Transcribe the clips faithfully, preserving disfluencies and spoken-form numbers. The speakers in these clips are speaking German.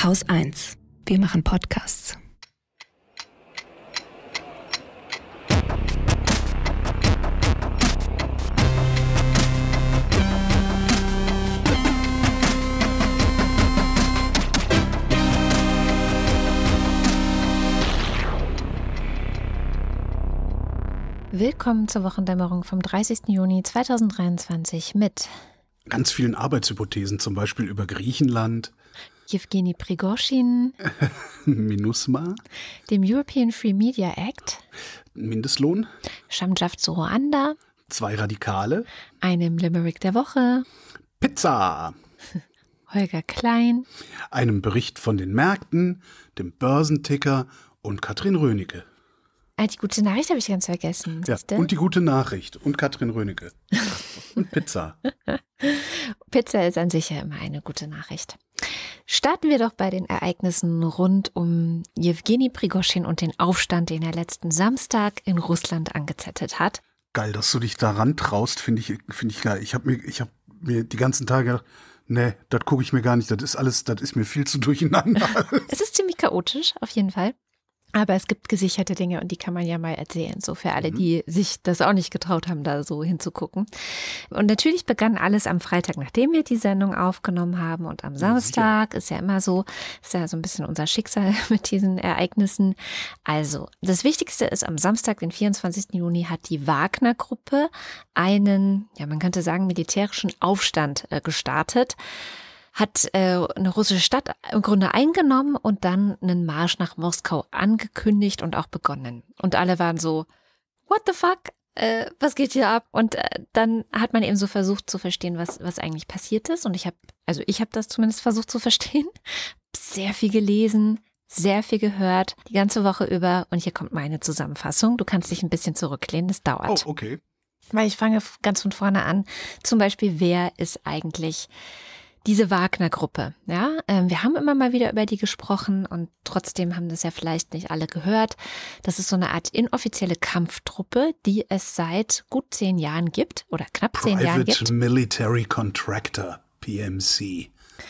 Haus eins. Wir machen Podcasts. Willkommen zur Wochendämmerung vom dreißigsten Juni zweitausenddreiundzwanzig mit ganz vielen Arbeitshypothesen, zum Beispiel über Griechenland, Jewgeni Prigozhin, MINUSMA, dem European Free Media Act, Mindestlohn, Shamjaf zu Ruanda, zwei Radikale, einem Limerick der Woche, Pizza, Holger Klein, einem Bericht von den Märkten, dem Börsenticker und Katrin Rönecke. Ah, die gute Nachricht habe ich ganz vergessen. Ja, und die gute Nachricht und Katrin Rönecke und Pizza. Pizza ist an sich ja immer eine gute Nachricht. Starten wir doch bei den Ereignissen rund um Jewgeni Prigozhin und den Aufstand, den er letzten Samstag in Russland angezettelt hat. Geil, dass du dich daran traust, finde ich, finde ich geil. Ich habe mir, ich habe mir die ganzen Tage gedacht, nee, das gucke ich mir gar nicht. Das ist alles, das ist mir viel zu durcheinander. Es ist ziemlich chaotisch, auf jeden Fall. Aber es gibt gesicherte Dinge und die kann man ja mal erzählen, so für alle, die sich das auch nicht getraut haben, da so hinzugucken. Und natürlich begann alles am Freitag, nachdem wir die Sendung aufgenommen haben, und am Samstag, ist ja immer so, ist ja so ein bisschen unser Schicksal mit diesen Ereignissen. Also, das Wichtigste ist, am Samstag, den vierundzwanzigsten Juni, hat die Wagner-Gruppe einen, ja, man könnte sagen, militärischen Aufstand äh, gestartet. Hat äh, eine russische Stadt im Grunde eingenommen und dann einen Marsch nach Moskau angekündigt und auch begonnen. Und alle waren so, what the fuck, äh, was geht hier ab? Und äh, dann hat man eben so versucht zu verstehen, was was eigentlich passiert ist. Und ich habe, also ich habe das zumindest versucht zu verstehen, sehr viel gelesen, sehr viel gehört, die ganze Woche über. Und hier kommt meine Zusammenfassung. Du kannst dich ein bisschen zurücklehnen, das dauert. Oh, okay. Weil ich fange ganz von vorne an. Zum Beispiel, wer ist eigentlich diese Wagner-Gruppe? Ja, ähm, wir haben immer mal wieder über die gesprochen und trotzdem haben das ja vielleicht nicht alle gehört. Das ist so eine Art inoffizielle Kampftruppe, die es seit gut zehn Jahren gibt oder knapp zehn Jahren gibt. Private Military Contractor, P M C.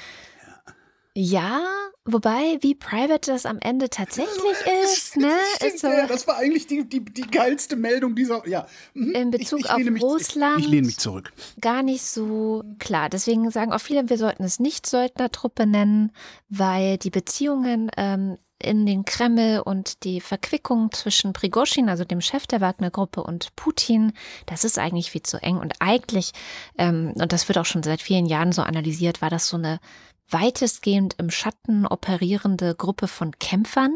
Ja, wobei, wie private das am Ende tatsächlich ist, ne? Ist so, ja, das war eigentlich die, die, die geilste Meldung dieser, ja. In Bezug ich, ich auf mich, Russland. Ich, ich lehne mich zurück. Gar nicht so klar. Deswegen sagen auch viele, wir sollten es nicht Söldnertruppe nennen, weil die Beziehungen ähm, in den Kreml und die Verquickung zwischen Prigozhin, also dem Chef der Wagner-Gruppe, und Putin, das ist eigentlich viel zu eng. Und eigentlich, ähm, und das wird auch schon seit vielen Jahren so analysiert, war das so eine weitestgehend im Schatten operierende Gruppe von Kämpfern,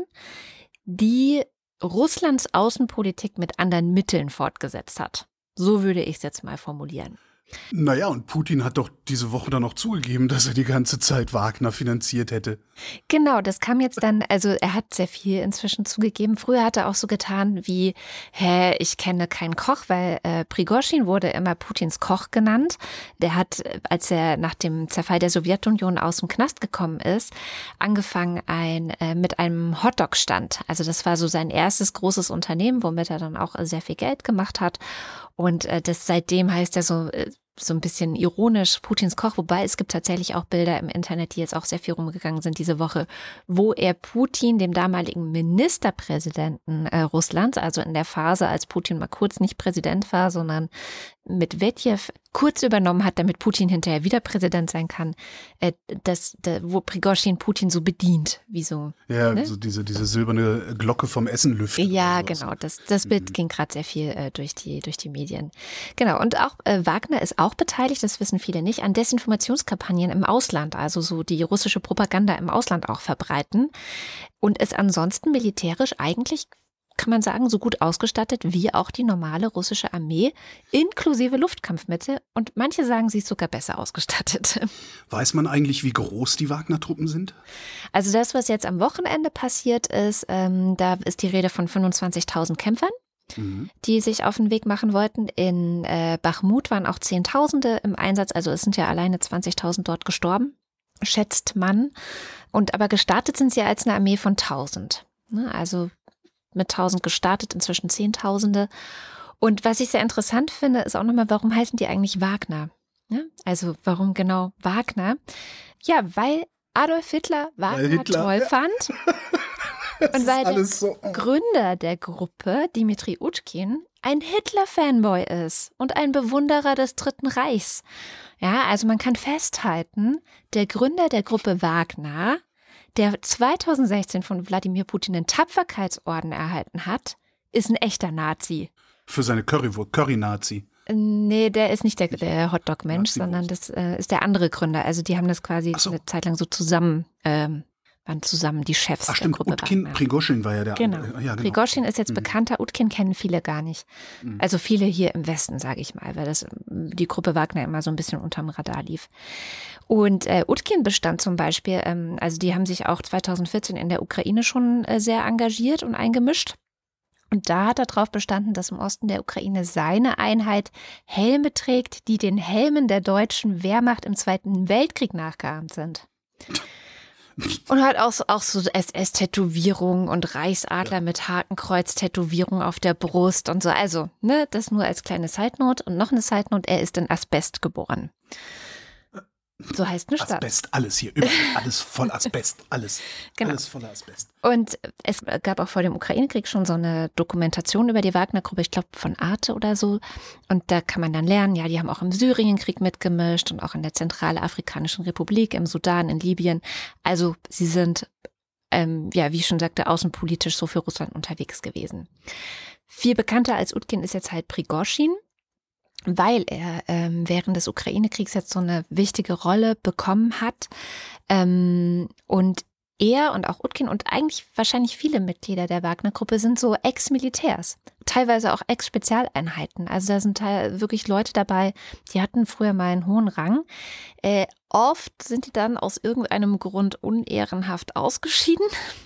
die Russlands Außenpolitik mit anderen Mitteln fortgesetzt hat. So würde ich es jetzt mal formulieren. Naja, und Putin hat doch diese Woche dann noch zugegeben, dass er die ganze Zeit Wagner finanziert hätte. Genau, das kam jetzt dann, also er hat sehr viel inzwischen zugegeben. Früher hat er auch so getan wie, hä, ich kenne keinen Koch, weil äh, Prigozhin wurde immer Putins Koch genannt. Der hat, als er nach dem Zerfall der Sowjetunion aus dem Knast gekommen ist, angefangen ein äh, mit einem Hotdog-Stand. Also das war so sein erstes großes Unternehmen, womit er dann auch äh, sehr viel Geld gemacht hat. Und äh, das seitdem heißt er so äh, so ein bisschen ironisch Putins Koch, wobei es gibt tatsächlich auch Bilder im Internet, die jetzt auch sehr viel rumgegangen sind diese Woche, wo er Putin, dem damaligen Ministerpräsidenten äh, Russlands, also in der Phase, als Putin mal kurz nicht Präsident war, sondern Medvedev kurz übernommen hat, damit Putin hinterher wieder Präsident sein kann, äh, das, da, wo Prigozhin Putin so bedient, wie so. Ja, ne? so diese, diese silberne Glocke vom Essen lüften. Ja, genau. Das, das Bild mhm. ging gerade sehr viel äh, durch die, durch die Medien. Genau. Und auch äh, Wagner ist auch beteiligt, das wissen viele nicht, an Desinformationskampagnen im Ausland, also so die russische Propaganda im Ausland auch verbreiten und ist ansonsten militärisch eigentlich, kann man sagen, so gut ausgestattet wie auch die normale russische Armee, inklusive Luftkampfmittel. Und manche sagen, sie ist sogar besser ausgestattet. Weiß man eigentlich, wie groß die Wagner-Truppen sind? Also das, was jetzt am Wochenende passiert ist, ähm, da ist die Rede von fünfundzwanzigtausend Kämpfern, mhm. die sich auf den Weg machen wollten. In äh, Bachmut waren auch Zehntausende im Einsatz. Also es sind ja alleine zwanzigtausend dort gestorben, schätzt man. Und aber gestartet sind sie als eine Armee von tausend. Ne? Also mit tausend gestartet, inzwischen Zehntausende. Und was ich sehr interessant finde, ist auch nochmal, warum heißen die eigentlich Wagner? Ja, also warum genau Wagner? Ja, weil Adolf Hitler Wagner Hitler, toll ja. fand. Und weil der so, oh. Gründer der Gruppe, Dimitri Utkin, ein Hitler-Fanboy ist und ein Bewunderer des Dritten Reichs. Ja, also man kann festhalten, der Gründer der Gruppe Wagner, der zweitausendsechzehn von Wladimir Putin den Tapferkeitsorden erhalten hat, ist ein echter Nazi. Für seine Currywurst, Curry-Nazi. Nee, der ist nicht der, der Hotdog-Mensch, Nazi-Wurst. sondern das äh, ist der andere Gründer. Also die haben das quasi Ach so. eine Zeit lang so zusammen, ähm, waren zusammen die Chefs Ach der stimmt, Gruppe Utkin, Wagner. Prigoschin war ja der Genau. andere. Ja, genau. Prigoschin ist jetzt Mhm. bekannter, Utkin kennen viele gar nicht. Mhm. Also viele hier im Westen, sage ich mal, weil das die Gruppe Wagner immer so ein bisschen unterm Radar lief. Und äh, Utkin bestand zum Beispiel, ähm, also die haben sich auch zweitausendvierzehn in der Ukraine schon äh, sehr engagiert und eingemischt. Und da hat er darauf bestanden, dass im Osten der Ukraine seine Einheit Helme trägt, die den Helmen der deutschen Wehrmacht im Zweiten Weltkrieg nachgeahmt sind. Und halt auch so, auch so S S-Tätowierungen und Reichsadler ja. mit Hakenkreuz-Tätowierung auf der Brust und so. Also, ne, das nur als kleine Side-Note. Und noch eine Side-Note, er ist in Asbest geboren. So heißt eine Stadt. Asbest, alles hier, überall, alles voll Asbest, alles, genau. alles voller Asbest. Und es gab auch vor dem Ukraine-Krieg schon so eine Dokumentation über die Wagner-Gruppe, ich glaube von Arte oder so. Und da kann man dann lernen, ja, die haben auch im Syrienkrieg mitgemischt und auch in der Zentralafrikanischen Republik, im Sudan, in Libyen. Also sie sind, ähm, ja, wie ich schon sagte, außenpolitisch so für Russland unterwegs gewesen. Viel bekannter als Utkin ist jetzt halt Prigoschin, weil er ähm, während des Ukraine-Kriegs jetzt so eine wichtige Rolle bekommen hat. Ähm, und er und auch Utkin und eigentlich wahrscheinlich viele Mitglieder der Wagner-Gruppe sind so Ex-Militärs, teilweise auch Ex-Spezialeinheiten. Also da sind wirklich Leute dabei, die hatten früher mal einen hohen Rang. Äh, oft sind die dann aus irgendeinem Grund unehrenhaft ausgeschieden.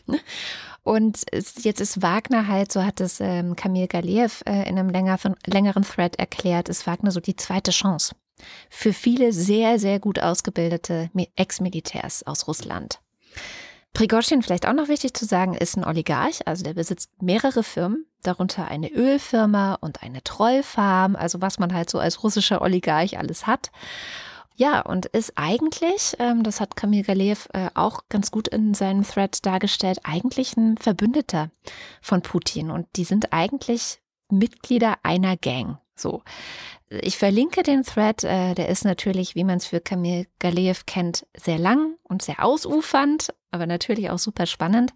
Und jetzt ist Wagner halt, so hat es ähm, Kamil Galiev äh, in einem länger, längeren Thread erklärt, ist Wagner so die zweite Chance für viele sehr, sehr gut ausgebildete Ex-Militärs aus Russland. Prigoschin, vielleicht auch noch wichtig zu sagen, ist ein Oligarch, also der besitzt mehrere Firmen, darunter eine Ölfirma und eine Trollfarm, also was man halt so als russischer Oligarch alles hat. Ja, und ist eigentlich, ähm, das hat Kamil Galiev äh, auch ganz gut in seinem Thread dargestellt, eigentlich ein Verbündeter von Putin. Und die sind eigentlich Mitglieder einer Gang. So, ich verlinke den Thread, äh, der ist natürlich, wie man es für Kamil Galiev kennt, sehr lang und sehr ausufernd, aber natürlich auch super spannend.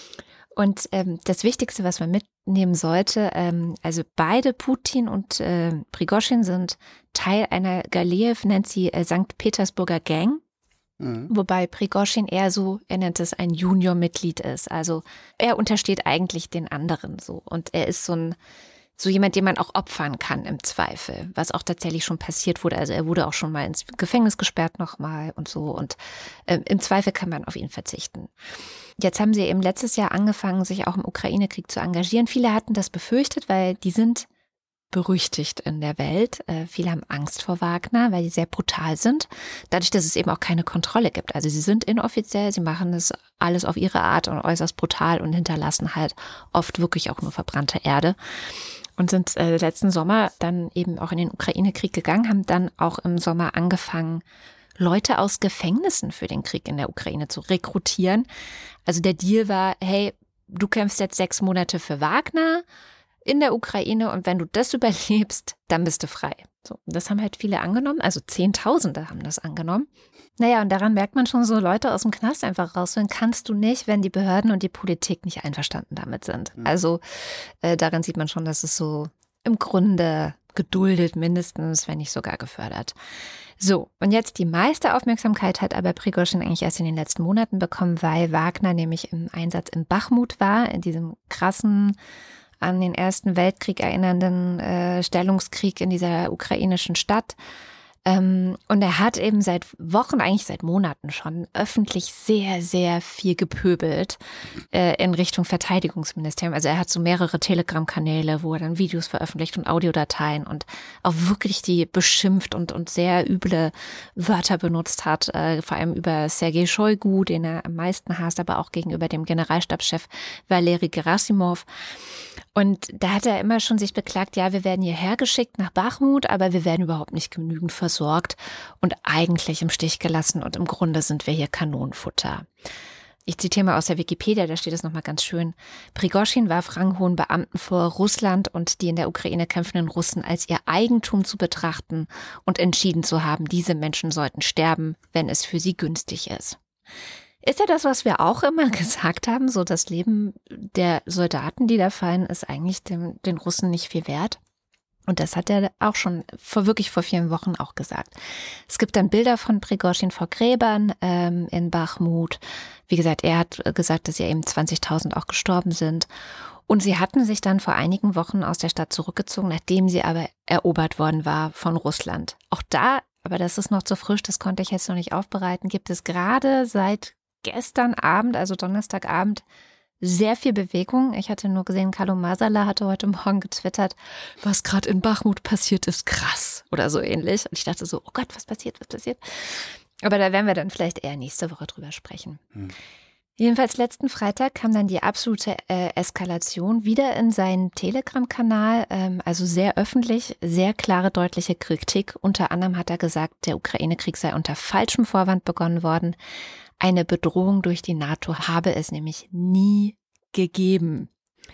Und ähm, das Wichtigste, was man mitnehmen sollte, ähm, also beide Putin und äh, Prigoschin sind Teil einer, Galiev nennt sie äh, Sankt Petersburger Gang, mhm. wobei Prigoschin eher so, er nennt es ein Junior-Mitglied ist. Also er untersteht eigentlich den anderen so und er ist so ein So jemand, den man auch opfern kann im Zweifel, was auch tatsächlich schon passiert wurde. Also er wurde auch schon mal ins Gefängnis gesperrt nochmal und so. Und äh, im Zweifel kann man auf ihn verzichten. Jetzt haben sie eben letztes Jahr angefangen, sich auch im Ukraine-Krieg zu engagieren. Viele hatten das befürchtet, weil die sind berüchtigt in der Welt. Äh, viele haben Angst vor Wagner, weil die sehr brutal sind. Dadurch, dass es eben auch keine Kontrolle gibt. Also sie sind inoffiziell, sie machen das alles auf ihre Art und äußerst brutal und hinterlassen halt oft wirklich auch nur verbrannte Erde. Und sind äh, letzten Sommer dann eben auch in den Ukraine-Krieg gegangen, haben dann auch im Sommer angefangen, Leute aus Gefängnissen für den Krieg in der Ukraine zu rekrutieren. Also der Deal war, hey, du kämpfst jetzt sechs Monate für Wagner in der Ukraine und wenn du das überlebst, dann bist du frei. So, das haben halt viele angenommen, also Zehntausende haben das angenommen. Naja, und daran merkt man schon so, Leute aus dem Knast einfach rausholen kannst du nicht, wenn die Behörden und die Politik nicht einverstanden damit sind. Mhm. Also äh, daran sieht man schon, dass es so im Grunde geduldet mindestens, wenn nicht sogar gefördert. So, und jetzt die meiste Aufmerksamkeit hat aber Prigoschin eigentlich erst in den letzten Monaten bekommen, weil Wagner nämlich im Einsatz in Bachmut war, in diesem krassen, an den Ersten Weltkrieg erinnernden äh, Stellungskrieg in dieser ukrainischen Stadt. Ähm, und er hat eben seit Wochen, eigentlich seit Monaten schon, öffentlich sehr, sehr viel gepöbelt äh, in Richtung Verteidigungsministerium. Also er hat so mehrere Telegram-Kanäle, wo er dann Videos veröffentlicht und Audiodateien und auch wirklich die beschimpft und, und sehr üble Wörter benutzt hat, äh, vor allem über Sergei Shoigu, den er am meisten hasst, aber auch gegenüber dem Generalstabschef Valeri Gerasimov. Und da hat er immer schon sich beklagt, ja, wir werden hierher geschickt nach Bachmut, aber wir werden überhaupt nicht genügend versorgt versorgt und eigentlich im Stich gelassen und im Grunde sind wir hier Kanonenfutter. Ich zitiere mal aus der Wikipedia, da steht es nochmal ganz schön. Prigoschin warf ranghohen Beamten vor, Russland und die in der Ukraine kämpfenden Russen als ihr Eigentum zu betrachten und entschieden zu haben, diese Menschen sollten sterben, wenn es für sie günstig ist. Ist ja das, was wir auch immer gesagt haben, so das Leben der Soldaten, die da fallen, ist eigentlich dem, den Russen nicht viel wert. Und das hat er auch schon vor wirklich vor vielen Wochen auch gesagt. Es gibt dann Bilder von Prigoschin vor Gräbern ähm, in Bachmut. Wie gesagt, er hat gesagt, dass ja eben zwanzigtausend auch gestorben sind. Und sie hatten sich dann vor einigen Wochen aus der Stadt zurückgezogen, nachdem sie aber erobert worden war von Russland. Auch da, aber das ist noch zu frisch, das konnte ich jetzt noch nicht aufbereiten, gibt es gerade seit gestern Abend, also Donnerstagabend, sehr viel Bewegung. Ich hatte nur gesehen, Carlo Masala hatte heute Morgen getwittert, was gerade in Bachmut passiert ist, krass oder so ähnlich. Und ich dachte so, oh Gott, was passiert, was passiert? Aber da werden wir dann vielleicht eher nächste Woche drüber sprechen. Hm. Jedenfalls letzten Freitag kam dann die absolute äh, Eskalation wieder in seinen Telegram-Kanal, ähm, also sehr öffentlich, sehr klare, deutliche Kritik. Unter anderem hat er gesagt, der Ukraine-Krieg sei unter falschem Vorwand begonnen worden. Eine Bedrohung durch die NATO habe es nämlich nie gegeben.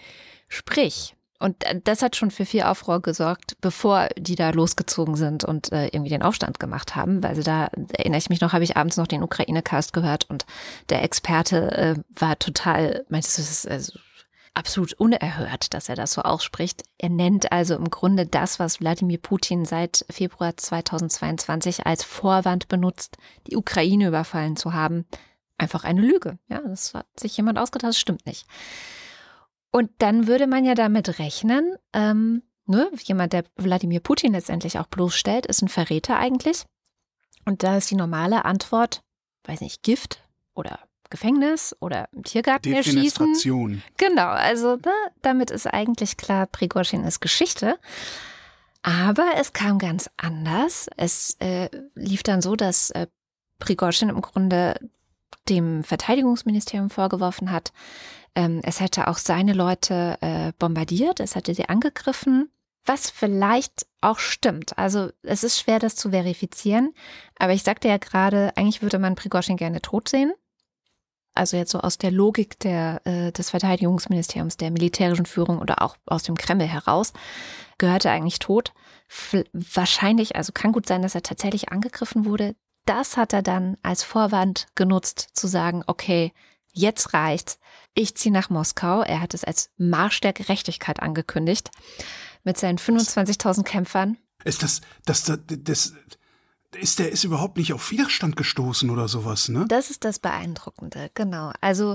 Sprich, und das hat schon für viel Aufruhr gesorgt, bevor die da losgezogen sind und äh, irgendwie den Aufstand gemacht haben. Weil also da erinnere ich mich noch, habe ich abends noch den Ukraine-Cast gehört und der Experte äh, war total, meintest du, das ist also absolut unerhört, dass er das so ausspricht. Er nennt also im Grunde das, was Wladimir Putin seit Februar zweitausendzweiundzwanzig als Vorwand benutzt, die Ukraine überfallen zu haben, einfach eine Lüge. Ja, das hat sich jemand ausgedacht, das stimmt nicht. Und dann würde man ja damit rechnen, ähm, ne, jemand, der Wladimir Putin letztendlich auch bloßstellt, ist ein Verräter eigentlich. Und da ist die normale Antwort, weiß nicht, Gift oder Gefängnis oder im Tiergarten erschießen. Genau, also ne, damit ist eigentlich klar, Prigoschin ist Geschichte. Aber es kam ganz anders. Es äh, lief dann so, dass äh, Prigoschin im Grunde dem Verteidigungsministerium vorgeworfen hat, ähm, es hätte auch seine Leute äh, bombardiert, es hätte sie angegriffen, was vielleicht auch stimmt. Also es ist schwer, das zu verifizieren. Aber ich sagte ja gerade, eigentlich würde man Prigoschin gerne tot sehen. Also jetzt so aus der Logik der, äh, des Verteidigungsministeriums, der militärischen Führung oder auch aus dem Kreml heraus, gehört er eigentlich tot. F- wahrscheinlich, also kann gut sein, dass er tatsächlich angegriffen wurde. Das hat er dann als Vorwand genutzt, zu sagen, okay, jetzt reicht's. Ich ziehe nach Moskau. Er hat es als Marsch der Gerechtigkeit angekündigt mit seinen fünfundzwanzigtausend Kämpfern. Ist das, das, das, das Ist der ist überhaupt nicht auf Widerstand gestoßen oder sowas, ne? Das ist das Beeindruckende, genau. Also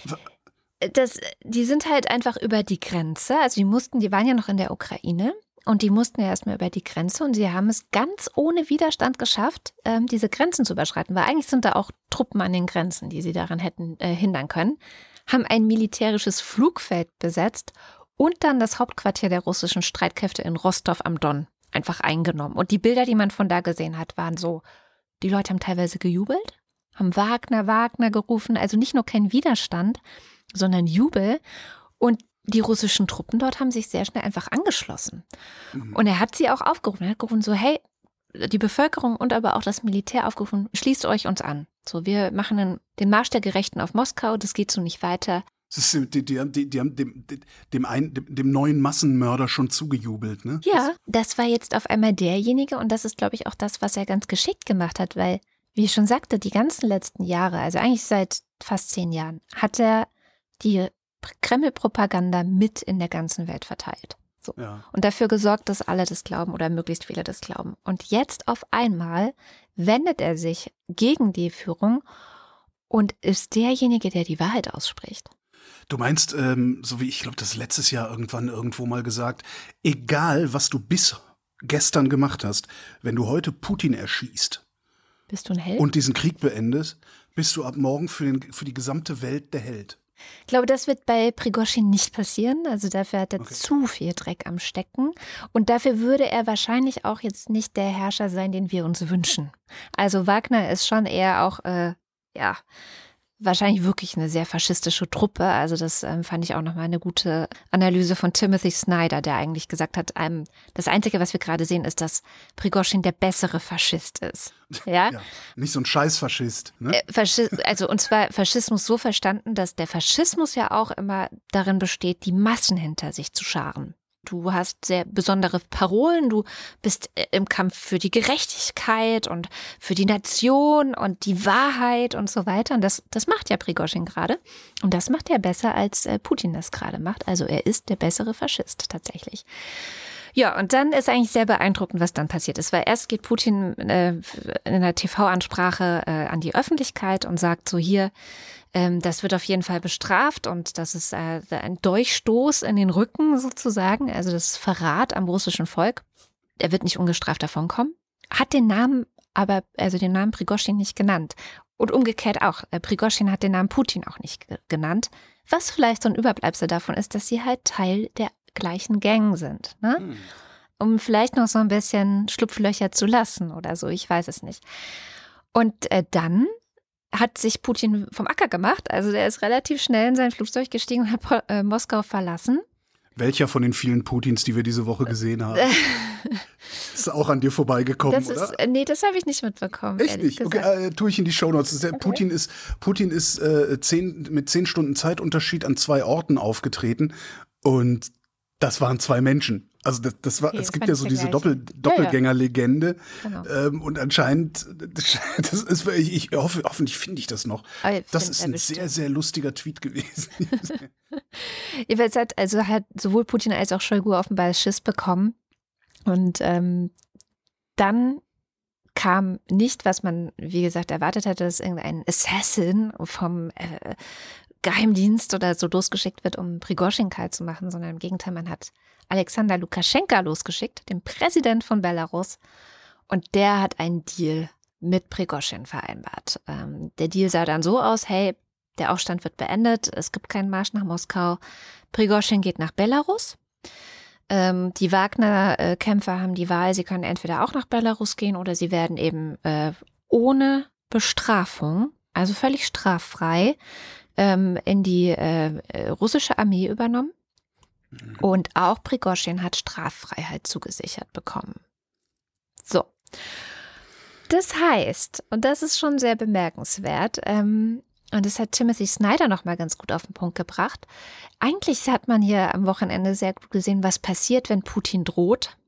das, die sind halt einfach über die Grenze. Also die mussten, die waren ja noch in der Ukraine und die mussten ja erstmal über die Grenze und sie haben es ganz ohne Widerstand geschafft, ähm, diese Grenzen zu überschreiten. Weil eigentlich sind da auch Truppen an den Grenzen, die sie daran hätten äh, hindern können. Haben ein militärisches Flugfeld besetzt und dann das Hauptquartier der russischen Streitkräfte in Rostov am Don einfach eingenommen. Und die Bilder, die man von da gesehen hat, waren so, die Leute haben teilweise gejubelt, haben Wagner, Wagner gerufen, also nicht nur kein Widerstand, sondern Jubel. Und die russischen Truppen dort haben sich sehr schnell einfach angeschlossen. Mhm. Und er hat sie auch aufgerufen. Er hat gerufen so, hey, die Bevölkerung und aber auch das Militär aufgerufen, schließt euch uns an. So, wir machen den, den Marsch der Gerechten auf Moskau, das geht so nicht weiter. Das ist, die, die, die, die haben dem, dem, ein, dem, dem neuen Massenmörder schon zugejubelt, ne? Ja, das war jetzt auf einmal derjenige und das ist, glaube ich, auch das, was er ganz geschickt gemacht hat, weil, wie ich schon sagte, die ganzen letzten Jahre, also eigentlich seit fast zehn Jahren, hat er die Kreml-Propaganda mit in der ganzen Welt verteilt. So. Ja. Und dafür gesorgt, dass alle das glauben oder möglichst viele das glauben. Und jetzt auf einmal wendet er sich gegen die Führung und ist derjenige, der die Wahrheit ausspricht. Du meinst, ähm, so wie ich glaube, das letztes Jahr irgendwann irgendwo mal gesagt, egal was du bis gestern gemacht hast, wenn du heute Putin erschießt, bist du ein Held? Und diesen Krieg beendest, bist du ab morgen für, den, für die gesamte Welt der Held. Ich glaube, das wird bei Prigoschin nicht passieren. Also dafür hat er okay. zu viel Dreck am Stecken. Und dafür würde er wahrscheinlich auch jetzt nicht der Herrscher sein, den wir uns wünschen. Also Wagner ist schon eher auch, äh, ja, wahrscheinlich wirklich eine sehr faschistische Truppe. Also das ähm, fand ich auch nochmal eine gute Analyse von Timothy Snyder, der eigentlich gesagt hat, ähm, das Einzige, was wir gerade sehen, ist, dass Prigoschin der bessere Faschist ist. Ja, ja nicht so ein Scheißfaschist. Ne? Äh, Faschi- also und zwar Faschismus so verstanden, dass der Faschismus ja auch immer darin besteht, die Massen hinter sich zu scharen. Du hast sehr besondere Parolen, du bist im Kampf für die Gerechtigkeit und für die Nation und die Wahrheit und so weiter. Und das, das macht ja Prigoschin gerade. Und das macht er besser, als Putin das gerade macht. Also er ist der bessere Faschist tatsächlich. Ja, und dann ist eigentlich sehr beeindruckend, was dann passiert ist. Weil erst geht Putin äh, in einer T V-Ansprache äh, an die Öffentlichkeit und sagt so hier, ähm, das wird auf jeden Fall bestraft und das ist äh, ein Durchstoß in den Rücken sozusagen. Also das ist Verrat am russischen Volk. Er wird nicht ungestraft davonkommen. Hat den Namen aber, also den Namen Prigoschin nicht genannt. Und umgekehrt auch. Äh, Prigoschin hat den Namen Putin auch nicht ge- genannt. Was vielleicht so ein Überbleibsel davon ist, dass sie halt Teil der gleichen Gang sind, ne? Hm. Um vielleicht noch so ein bisschen Schlupflöcher zu lassen oder so, ich weiß es nicht. Und äh, dann hat sich Putin vom Acker gemacht, also der ist relativ schnell in sein Flugzeug gestiegen und hat äh, Moskau verlassen. Welcher von den vielen Putins, die wir diese Woche gesehen haben? Ist auch an dir vorbeigekommen, das ist, oder? Nee, das habe ich nicht mitbekommen. Echt nicht? Okay, äh, tue ich in die Shownotes. Okay. Putin ist, Putin ist äh, zehn, mit zehn Stunden Zeitunterschied an zwei Orten aufgetreten und das waren zwei Menschen. Also das, das war, okay, es gibt ja so diese Doppel, Doppelgänger-Legende. Ja, ja. Genau. Ähm, und anscheinend, das ist, ich, ich hoffe, hoffentlich finde ich das noch. Das ist ein bestimmt. sehr, sehr lustiger Tweet gewesen. Jedenfalls hat, also hat sowohl Putin als auch Shoigu offenbar Schiss bekommen. Und ähm, dann kam nicht, was man, wie gesagt, erwartet hatte, dass irgendein Assassin vom äh, Geheimdienst oder so losgeschickt wird, um Prigoschin kalt zu machen, sondern im Gegenteil, man hat Alexander Lukaschenka losgeschickt, den Präsident von Belarus, und der hat einen Deal mit Prigoschin vereinbart. Ähm, der Deal sah dann so aus, hey, der Aufstand wird beendet, es gibt keinen Marsch nach Moskau, Prigoschin geht nach Belarus. Ähm, die Wagner-Kämpfer haben die Wahl, sie können entweder auch nach Belarus gehen oder sie werden eben äh, ohne Bestrafung, also völlig straffrei, ähm, in die äh, russische Armee übernommen. Und auch Prigoschin hat Straffreiheit zugesichert bekommen. So. Das heißt, und das ist schon sehr bemerkenswert, ähm, und das hat Timothy Snyder nochmal ganz gut auf den Punkt gebracht. Eigentlich hat man hier am Wochenende sehr gut gesehen, was passiert, wenn Putin droht.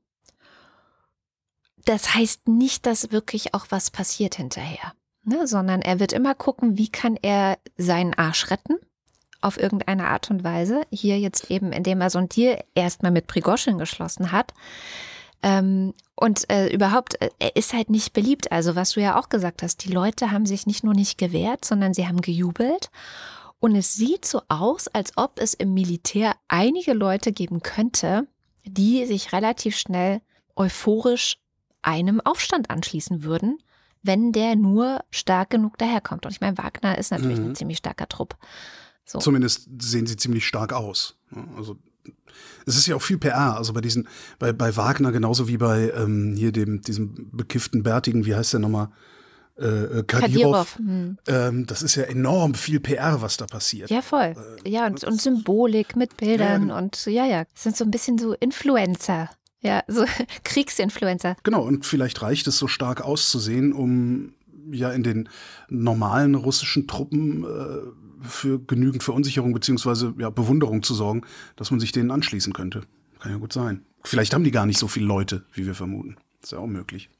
Das heißt nicht, dass wirklich auch was passiert hinterher, ne? Sondern er wird immer gucken, wie kann er seinen Arsch retten auf irgendeine Art und Weise. Hier jetzt eben, indem er so ein Deal erstmal mit Prigoschin geschlossen hat. Ähm, und äh, überhaupt, äh, er ist halt nicht beliebt. Also was du ja auch gesagt hast, die Leute haben sich nicht nur nicht gewehrt, sondern sie haben gejubelt. Und es sieht so aus, als ob es im Militär einige Leute geben könnte, die sich relativ schnell euphorisch einem Aufstand anschließen würden, wenn der nur stark genug daherkommt. Und ich meine, Wagner ist natürlich mhm. ein ziemlich starker Trupp. So. Zumindest sehen sie ziemlich stark aus. Also es ist ja auch viel P R, also bei diesen, bei, bei Wagner genauso wie bei ähm, hier dem, diesem bekifften Bärtigen, wie heißt der nochmal? Äh, Kadyrov. Kadyrov. Hm. Ähm, das ist ja enorm viel P R, was da passiert. Ja, voll. Äh, ja, und, und Symbolik mit Bildern ja, und ja, ja. Das sind so ein bisschen so Influencer. Ja, so Kriegsinfluencer. Genau, und vielleicht reicht es so stark auszusehen, um ja in den normalen russischen Truppen äh, für genügend Verunsicherung beziehungsweise ja, Bewunderung zu sorgen, dass man sich denen anschließen könnte. Kann ja gut sein. Vielleicht haben die gar nicht so viele Leute, wie wir vermuten. Ist ja auch möglich.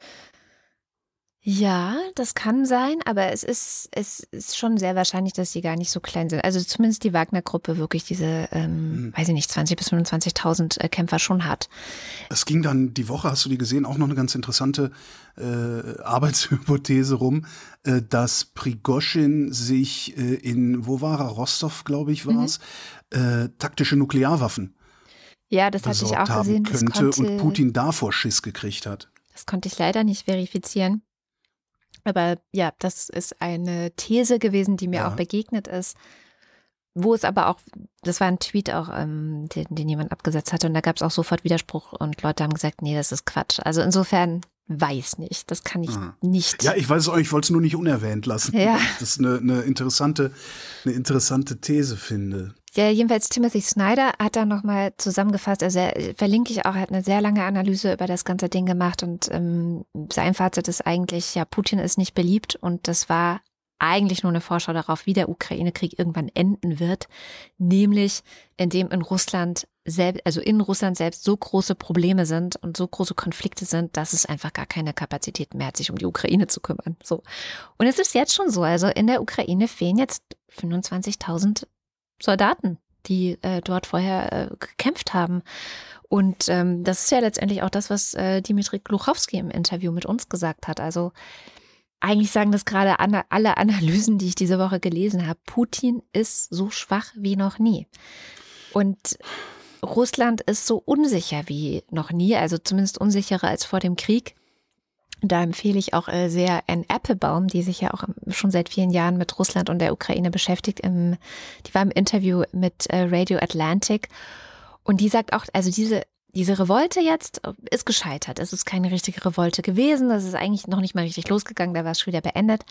Ja, das kann sein, aber es ist, es ist schon sehr wahrscheinlich, dass die gar nicht so klein sind. Also zumindest die Wagner-Gruppe wirklich diese, ähm, mhm. weiß ich nicht, zwanzigtausend bis fünfundzwanzigtausend äh, Kämpfer schon hat. Es ging dann die Woche, hast du die gesehen, auch noch eine ganz interessante äh, Arbeitshypothese rum, äh, dass Prigoschin sich äh, in, wo war er, Rostov, glaube ich, war es, mhm. äh, taktische Nuklearwaffen ja, das hatte ich auch gesehen. Könnte das konnte, und Putin davor Schiss gekriegt hat. Das konnte ich leider nicht verifizieren. Aber ja, das ist eine These gewesen, die mir ja. auch begegnet ist, wo es aber auch, das war ein Tweet auch, ähm, den, den jemand abgesetzt hatte und da gab es auch sofort Widerspruch und Leute haben gesagt, nee, das ist Quatsch. Also insofern, weiß nicht. Das kann ich ah. nicht. Ja, ich weiß es auch, ich wollte es nur nicht unerwähnt lassen. Ja. Das ist eine, eine, interessante, eine interessante These, finde. Ja, jedenfalls Timothy Snyder hat da nochmal zusammengefasst, also er, verlinke ich auch, er hat eine sehr lange Analyse über das ganze Ding gemacht und ähm, sein Fazit ist eigentlich, ja, Putin ist nicht beliebt und das war eigentlich nur eine Vorschau darauf, wie der Ukraine-Krieg irgendwann enden wird, nämlich indem in Russland selbst, also in Russland selbst so große Probleme sind und so große Konflikte sind, dass es einfach gar keine Kapazität mehr hat, sich um die Ukraine zu kümmern. So. Und es ist jetzt schon so, also in der Ukraine fehlen jetzt fünfundzwanzigtausend Soldaten, die äh, dort vorher äh, gekämpft haben. Und ähm, das ist ja letztendlich auch das, was äh, Dmitri Gluchowski im Interview mit uns gesagt hat. Also eigentlich sagen das gerade an, alle Analysen, die ich diese Woche gelesen habe. Putin ist so schwach wie noch nie. Und Russland ist so unsicher wie noch nie, also zumindest unsicherer als vor dem Krieg. Da empfehle ich auch sehr Anne Applebaum, die sich ja auch schon seit vielen Jahren mit Russland und der Ukraine beschäftigt. Im, die war im Interview mit Radio Atlantic und die sagt auch, also diese, diese Revolte jetzt ist gescheitert. Es ist keine richtige Revolte gewesen. Das ist eigentlich noch nicht mal richtig losgegangen, da war es schon wieder beendet.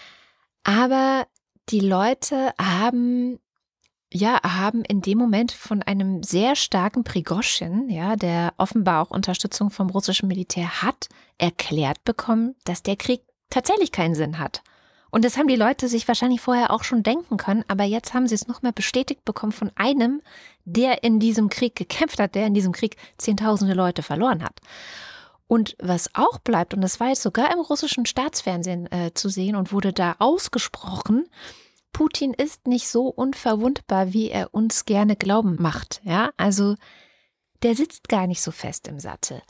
Aber die Leute haben Ja, haben in dem Moment von einem sehr starken Prigoschin, ja, der offenbar auch Unterstützung vom russischen Militär hat, erklärt bekommen, dass der Krieg tatsächlich keinen Sinn hat. Und das haben die Leute sich wahrscheinlich vorher auch schon denken können, aber jetzt haben sie es noch mal bestätigt bekommen von einem, der in diesem Krieg gekämpft hat, der in diesem Krieg zehntausende Leute verloren hat. Und was auch bleibt, und das war jetzt sogar im russischen Staatsfernsehen äh, zu sehen und wurde da ausgesprochen, Putin ist nicht so unverwundbar, wie er uns gerne glauben macht. Ja, also der sitzt gar nicht so fest im Sattel.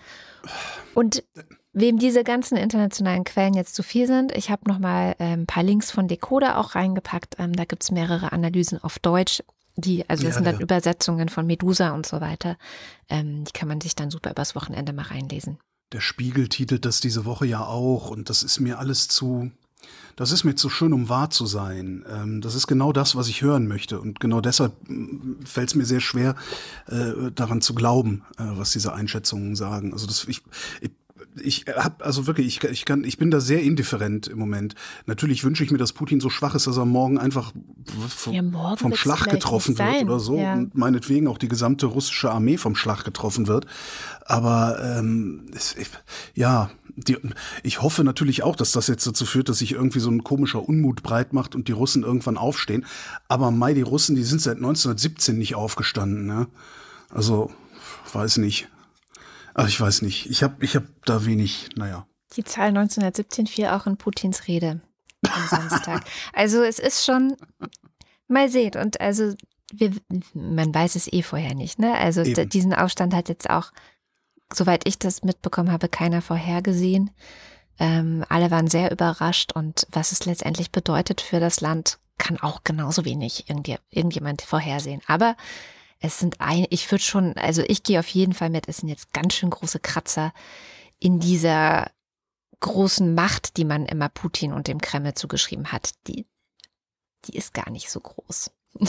Und wem diese ganzen internationalen Quellen jetzt zu viel sind, ich habe nochmal äh, ein paar Links von Decoder auch reingepackt. Ähm, da gibt es mehrere Analysen auf Deutsch. Die, also das ja, sind dann ja. Übersetzungen von Medusa und so weiter. Ähm, die kann man sich dann super übers Wochenende mal reinlesen. Der Spiegel titelt das diese Woche ja auch und das ist mir alles zu... Das ist mir zu schön, um wahr zu sein. Das ist genau das, was ich hören möchte. Und genau deshalb fällt es mir sehr schwer, daran zu glauben, was diese Einschätzungen sagen. Also das, ich, ich Ich habe also wirklich, ich, ich kann, ich bin da sehr indifferent im Moment. Natürlich wünsche ich mir, dass Putin so schwach ist, dass er morgen einfach vom, ja, morgen vom Schlag getroffen wird oder so ja. und meinetwegen auch die gesamte russische Armee vom Schlag getroffen wird. Aber ähm, es, ich, ja, die, ich hoffe natürlich auch, dass das jetzt dazu führt, dass sich irgendwie so ein komischer Unmut breit macht und die Russen irgendwann aufstehen. Aber mei, die Russen, die sind seit neunzehnhundertsiebzehn nicht aufgestanden. Ne? Also weiß nicht. Ach, ich weiß nicht. Ich habe ich hab da wenig, naja. Die Zahl neunzehnhundertsiebzehn fiel auch in Putins Rede am Samstag. Also es ist schon, mal seht, und also wir, man weiß es eh vorher nicht, ne? Also d- diesen Aufstand hat jetzt auch, soweit ich das mitbekommen habe, keiner vorhergesehen. Ähm, alle waren sehr überrascht und was es letztendlich bedeutet für das Land, kann auch genauso wenig irgend, irgendjemand vorhersehen. Aber es sind ein, ich würde schon, also ich gehe auf jeden Fall mit, es sind jetzt ganz schön große Kratzer in dieser großen Macht, die man immer Putin und dem Kreml zugeschrieben hat. Die, die ist gar nicht so groß.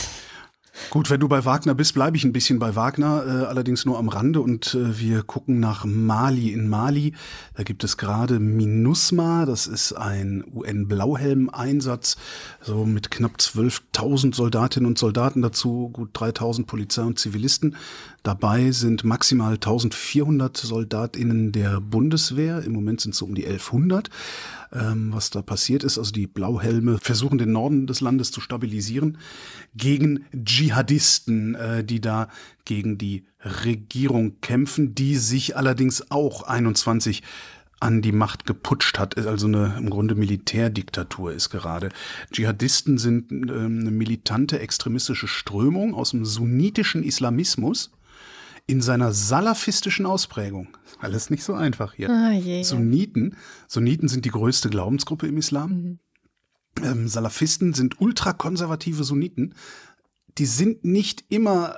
Gut, wenn du bei Wagner bist, bleibe ich ein bisschen bei Wagner, äh, allerdings nur am Rande und äh, wir gucken nach Mali. In Mali, da gibt es gerade MINUSMA, das ist ein U N-Blauhelm-Einsatz, so mit knapp zwölftausend Soldatinnen und Soldaten dazu, gut dreitausend Polizei und Zivilisten. Dabei sind maximal eintausendvierhundert SoldatInnen der Bundeswehr, im Moment sind es so um die elfhundert. Ähm, was da passiert ist, also die Blauhelme versuchen den Norden des Landes zu stabilisieren gegen Dschihadisten, äh, die da gegen die Regierung kämpfen, die sich allerdings auch einundzwanzig an die Macht geputscht hat, also eine im Grunde Militärdiktatur ist gerade. Dschihadisten sind äh, eine militante extremistische Strömung aus dem sunnitischen Islamismus in seiner salafistischen Ausprägung. Alles nicht so einfach hier. Ah, je, Sunniten, Sunniten sind die größte Glaubensgruppe im Islam. Mhm. Ähm, Salafisten sind ultrakonservative Sunniten. Die sind nicht immer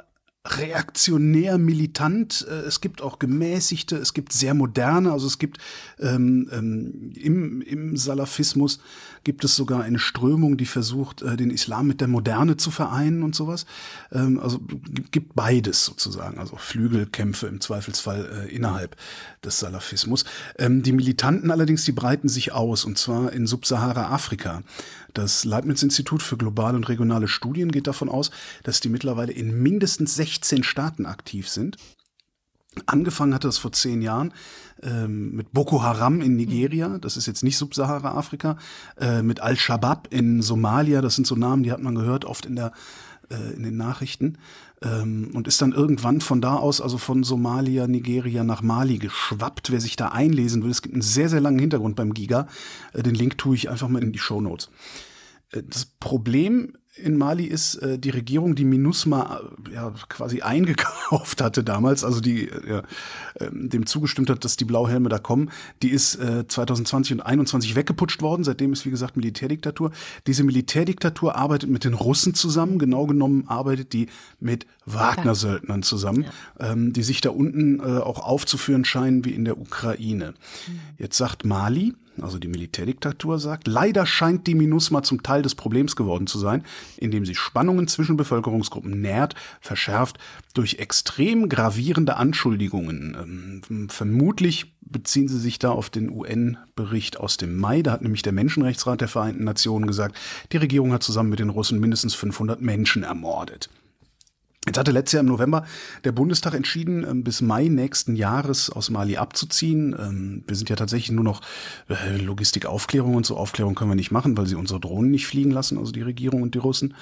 reaktionär, militant, es gibt auch gemäßigte, es gibt sehr moderne, also es gibt ähm, ähm, im, im Salafismus gibt es sogar eine Strömung, die versucht, äh, den Islam mit der Moderne zu vereinen und sowas. Ähm, also gibt beides sozusagen, also Flügelkämpfe im Zweifelsfall äh, innerhalb des Salafismus. Ähm, die Militanten allerdings, die breiten sich aus, und zwar in Subsahara-Afrika. Das Leibniz-Institut für globale und regionale Studien geht davon aus, dass die mittlerweile in mindestens sechzehn Staaten aktiv sind. Angefangen hatte das vor zehn Jahren ähm, mit Boko Haram in Nigeria, das ist jetzt nicht Subsahara-Afrika, äh, mit Al-Shabaab in Somalia, das sind so Namen, die hat man gehört, oft in der äh, in den Nachrichten, ähm, und ist dann irgendwann von da aus, also von Somalia, Nigeria nach Mali geschwappt. Wer sich da einlesen will, es gibt einen sehr, sehr langen Hintergrund beim Giga, äh, den Link tue ich einfach mal in die Shownotes. Äh, das Problem in Mali ist äh, die Regierung, die MINUSMA äh, ja quasi eingekauft hatte damals, also die äh, äh, dem zugestimmt hat, dass die Blauhelme da kommen, die ist äh, zwanzig zwanzig und einundzwanzig weggeputscht worden. Seitdem ist, wie gesagt, Militärdiktatur. Diese Militärdiktatur arbeitet mit den Russen zusammen. Genau genommen arbeitet die mit Wagner-Söldnern zusammen, ja. ähm, die sich da unten äh, auch aufzuführen scheinen wie in der Ukraine. Mhm. Jetzt sagt Mali, also die Militärdiktatur sagt, leider scheint die MINUSMA zum Teil des Problems geworden zu sein, indem sie Spannungen zwischen Bevölkerungsgruppen nährt, verschärft durch extrem gravierende Anschuldigungen. Ähm, vermutlich beziehen sie sich da auf den U N-Bericht aus dem Mai. Da hat nämlich der Menschenrechtsrat der Vereinten Nationen gesagt, die Regierung hat zusammen mit den Russen mindestens fünfhundert Menschen ermordet. Jetzt hatte letztes Jahr im November der Bundestag entschieden, bis Mai nächsten Jahres aus Mali abzuziehen. Wir sind ja tatsächlich nur noch Logistikaufklärung und so. Aufklärung können wir nicht machen, weil sie unsere Drohnen nicht fliegen lassen, also die Regierung und die Russen.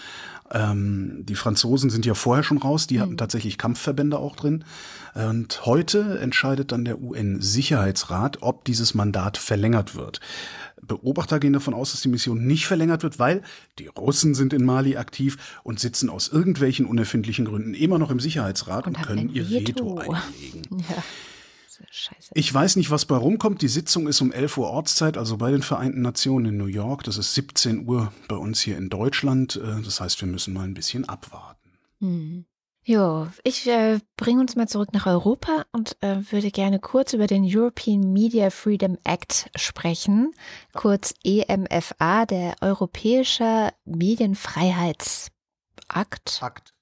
Die Franzosen sind ja vorher schon raus, die hatten tatsächlich Kampfverbände auch drin. Und heute entscheidet dann der U N-Sicherheitsrat, ob dieses Mandat verlängert wird. Beobachter gehen davon aus, dass die Mission nicht verlängert wird, weil die Russen sind in Mali aktiv und sitzen aus irgendwelchen unerfindlichen Gründen immer noch im Sicherheitsrat und, und können ihr Veto, Veto einlegen. Ja. Scheiße. Ich weiß nicht, was bei rumkommt. Die Sitzung ist um elf Uhr Ortszeit, also bei den Vereinten Nationen in New York. Das ist siebzehn Uhr bei uns hier in Deutschland. Das heißt, wir müssen mal ein bisschen abwarten. Hm. Jo, ich äh, bringe uns mal zurück nach Europa und äh, würde gerne kurz über den European Media Freedom Act sprechen, kurz E M F A, der Europäische Medienfreiheitsakt. Akt.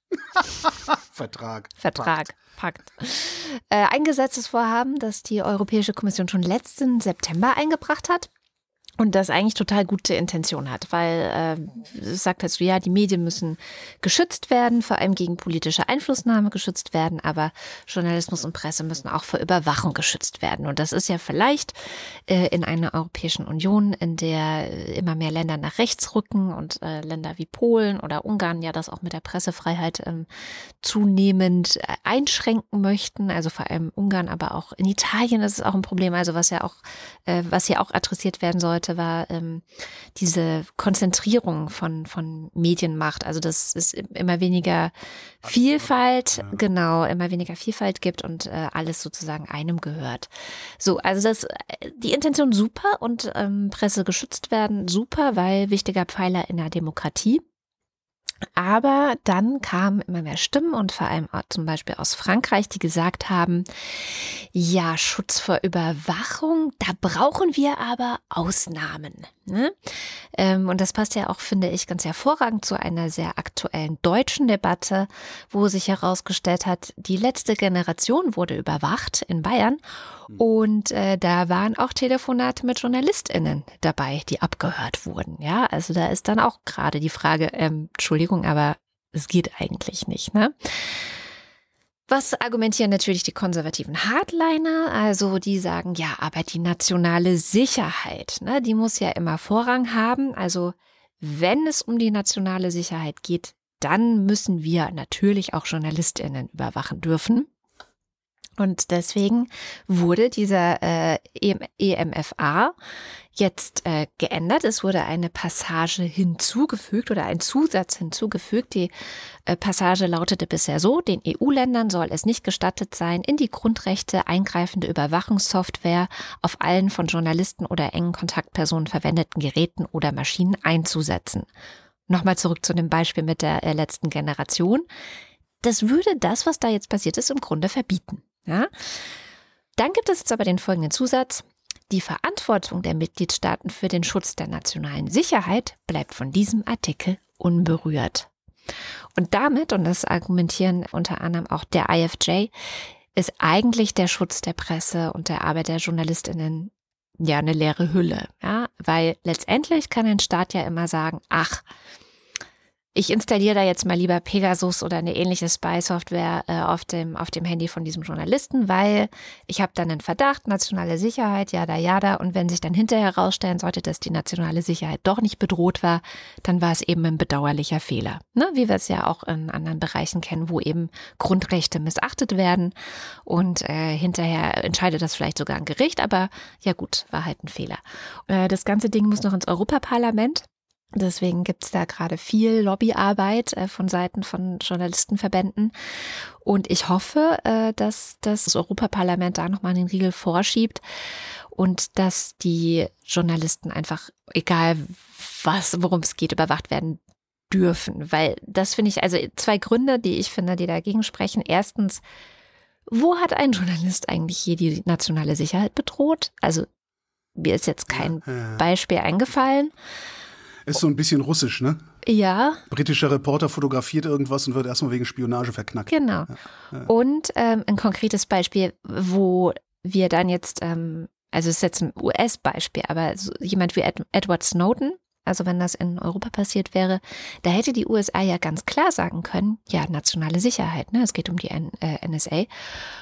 Vertrag. Vertrag. Pakt. Äh, ein Gesetzesvorhaben, das die Europäische Kommission schon letzten September eingebracht hat. Und das eigentlich total gute Intention hat, weil äh, es sagt halt so, ja, die Medien müssen geschützt werden, vor allem gegen politische Einflussnahme geschützt werden, aber Journalismus und Presse müssen auch vor Überwachung geschützt werden. Und das ist ja vielleicht äh, in einer Europäischen Union, in der immer mehr Länder nach rechts rücken und äh, Länder wie Polen oder Ungarn ja das auch mit der Pressefreiheit ähm, zunehmend äh, einschränken möchten. Also vor allem Ungarn, aber auch in Italien ist es auch ein Problem. Also was ja auch, äh, was hier auch adressiert werden sollte, war ähm, diese Konzentrierung von, von Medienmacht. Also dass es immer weniger Vielfalt, ja. genau, immer weniger Vielfalt gibt und äh, alles sozusagen einem gehört. So, also das, die Intention super und ähm, Presse geschützt werden super, weil wichtiger Pfeiler in der Demokratie. Aber dann kamen immer mehr Stimmen und vor allem auch zum Beispiel aus Frankreich, die gesagt haben, ja, Schutz vor Überwachung, da brauchen wir aber Ausnahmen. Ne? Ähm, und das passt ja auch, finde ich, ganz hervorragend zu einer sehr aktuellen deutschen Debatte, wo sich herausgestellt hat, die letzte Generation wurde überwacht in Bayern. Und äh, da waren auch Telefonate mit JournalistInnen dabei, die abgehört wurden. Ja, also da ist dann auch gerade die Frage, ähm, Entschuldigung, aber es geht eigentlich nicht, ne? Was argumentieren natürlich die konservativen Hardliner? Also die sagen, ja, aber die nationale Sicherheit, ne, die muss ja immer Vorrang haben. Also wenn es um die nationale Sicherheit geht, dann müssen wir natürlich auch JournalistInnen überwachen dürfen. Und deswegen wurde dieser äh, E M F A jetzt äh, geändert. Es wurde eine Passage hinzugefügt oder ein Zusatz hinzugefügt. Die äh, Passage lautete bisher so: Den E U-Ländern soll es nicht gestattet sein, in die Grundrechte eingreifende Überwachungssoftware auf allen von Journalisten oder engen Kontaktpersonen verwendeten Geräten oder Maschinen einzusetzen. Nochmal zurück zu dem Beispiel mit der äh, letzten Generation. das würde das, was da jetzt passiert ist, im Grunde verbieten. Ja? Dann gibt es jetzt aber den folgenden Zusatz. Die Verantwortung der Mitgliedstaaten für den Schutz der nationalen Sicherheit bleibt von diesem Artikel unberührt. Und damit, und das argumentieren unter anderem auch der I F J, ist eigentlich der Schutz der Presse und der Arbeit der JournalistInnen ja eine leere Hülle. Ja? Weil letztendlich kann ein Staat ja immer sagen, ach, ich installiere da jetzt mal lieber Pegasus oder eine ähnliche Spy-Software äh, auf dem, auf dem Handy von diesem Journalisten, weil ich habe dann einen Verdacht, nationale Sicherheit, jada, jada. Und wenn sich dann hinterher herausstellen sollte, dass die nationale Sicherheit doch nicht bedroht war, dann war es eben ein bedauerlicher Fehler. Ne? Wie wir es ja auch in anderen Bereichen kennen, wo eben Grundrechte missachtet werden. Und äh, hinterher entscheidet das vielleicht sogar ein Gericht, aber ja gut, war halt ein Fehler. Äh, das ganze Ding muss noch ins Europaparlament. Deswegen gibt es da gerade viel Lobbyarbeit äh, von Seiten von Journalistenverbänden. Und ich hoffe, äh, dass, dass das Europaparlament da nochmal den Riegel vorschiebt und dass die Journalisten einfach, egal was, worum es geht, überwacht werden dürfen. Weil das finde ich, also zwei Gründe, die ich finde, die dagegen sprechen. Erstens, wo hat ein Journalist eigentlich hier die nationale Sicherheit bedroht? Also mir ist jetzt kein Beispiel eingefallen. Ist so ein bisschen russisch, ne? Ja. Britischer Reporter fotografiert irgendwas und wird erstmal wegen Spionage verknackt. Genau. Ja. Ja. Und ähm, ein konkretes Beispiel, wo wir dann jetzt, ähm, also es ist jetzt ein U S-Beispiel, aber so jemand wie Ed- Edward Snowden, also wenn das in Europa passiert wäre, da hätte die U S A ja ganz klar sagen können, ja, nationale Sicherheit, ne? Es geht um die N- äh, N S A.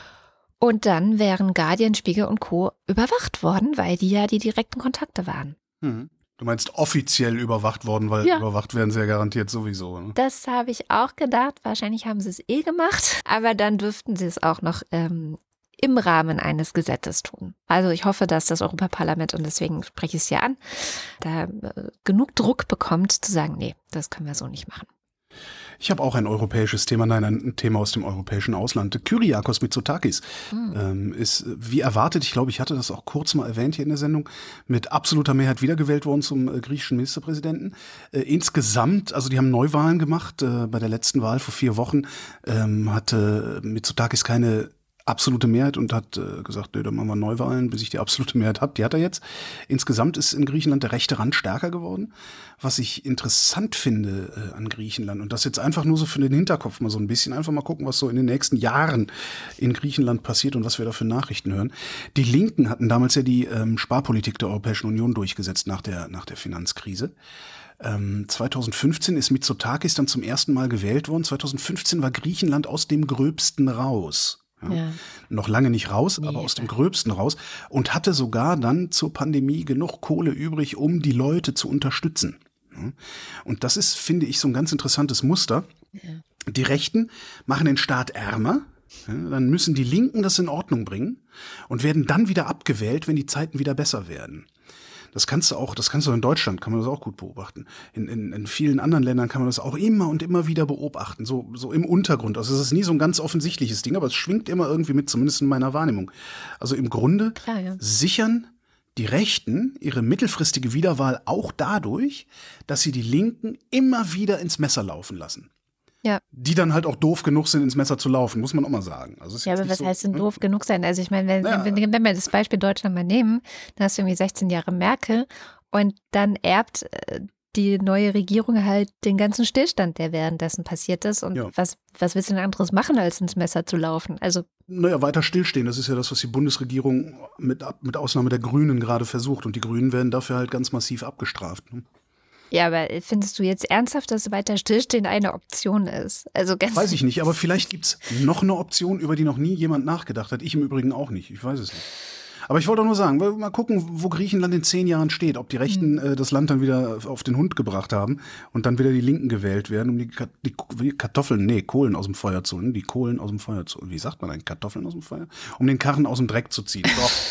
Und dann wären Guardian, Spiegel und Co. überwacht worden, weil die ja die direkten Kontakte waren. Mhm. Du meinst offiziell überwacht worden, weil ja. Überwacht werden sie ja garantiert sowieso. Ne? Das habe ich auch gedacht. Wahrscheinlich haben sie es eh gemacht. Aber dann dürften sie es auch noch ähm, im Rahmen eines Gesetzes tun. Also ich hoffe, dass das Europaparlament, und deswegen spreche ich es hier an, da äh, genug Druck bekommt, zu sagen, nee, das können wir so nicht machen. Ich habe auch ein europäisches Thema, nein, ein Thema aus dem europäischen Ausland. Kyriakos Mitsotakis mhm. ähm, ist, wie erwartet, ich glaube, ich hatte das auch kurz mal erwähnt hier in der Sendung, mit absoluter Mehrheit wiedergewählt worden zum äh, griechischen Ministerpräsidenten. Äh, insgesamt, also die haben Neuwahlen gemacht, äh, bei der letzten Wahl vor vier Wochen ähm, hatte Mitsotakis keine absolute Mehrheit und hat äh, gesagt, nee, dann machen wir Neuwahlen, bis ich die absolute Mehrheit habe. Die hat er jetzt. Insgesamt ist in Griechenland der rechte Rand stärker geworden. Was ich interessant finde äh, an Griechenland, und das jetzt einfach nur so für den Hinterkopf mal so ein bisschen, einfach mal gucken, was so in den nächsten Jahren in Griechenland passiert und was wir da für Nachrichten hören. Die Linken hatten damals ja die ähm, Sparpolitik der Europäischen Union durchgesetzt nach der, nach der Finanzkrise. Ähm, zwanzig fünfzehn ist Mitsotakis dann zum ersten Mal gewählt worden. zwanzig fünfzehn war Griechenland aus dem Gröbsten raus. Ja. Ja. Noch lange nicht raus, nee, aber aus dem Gröbsten raus und hatte sogar dann zur Pandemie genug Kohle übrig, um die Leute zu unterstützen. Ja. Und das ist, finde ich, so ein ganz interessantes Muster. Ja. Die Rechten machen den Staat ärmer, ja, dann müssen die Linken das in Ordnung bringen und werden dann wieder abgewählt, wenn die Zeiten wieder besser werden. Das kannst du auch, das kannst du in Deutschland, kann man das auch gut beobachten. In, in, in vielen anderen Ländern kann man das auch immer und immer wieder beobachten, so, so im Untergrund. Also es ist nie so ein ganz offensichtliches Ding, aber es schwingt immer irgendwie mit, zumindest in meiner Wahrnehmung. Also im Grunde Klar, ja. sichern die Rechten ihre mittelfristige Wiederwahl auch dadurch, dass sie die Linken immer wieder ins Messer laufen lassen. Ja. Die dann halt auch doof genug sind, ins Messer zu laufen, muss man auch mal sagen. Also ist ja, aber was so, heißt denn ne? doof genug sein? Also ich meine, wenn, ja. wenn, wenn, wenn wir das Beispiel Deutschland mal nehmen, dann hast du irgendwie sechzehn Jahre Merkel und dann erbt die neue Regierung halt den ganzen Stillstand, der währenddessen passiert ist. Und ja. was, was willst du denn anderes machen, als ins Messer zu laufen? Also Naja, weiter stillstehen, das ist ja das, was die Bundesregierung mit, mit Ausnahme der Grünen gerade versucht. Und die Grünen werden dafür halt ganz massiv abgestraft. Ne? Ja, aber findest du jetzt ernsthaft, dass weiter Stillstehen eine Option ist? Also ganz Weiß ich nicht, aber vielleicht gibt's noch eine Option, über die noch nie jemand nachgedacht hat. Ich im Übrigen auch nicht, ich weiß es nicht. Aber ich wollte auch nur sagen, mal gucken, wo Griechenland in zehn Jahren steht. Ob die Rechten äh, das Land dann wieder auf den Hund gebracht haben und dann wieder die Linken gewählt werden, um die, die Kartoffeln, nee, Kohlen aus dem Feuer zu holen. Die Kohlen aus dem Feuer zu holen. Wie sagt man eigentlich? Kartoffeln aus dem Feuer? Um den Karren aus dem Dreck zu ziehen.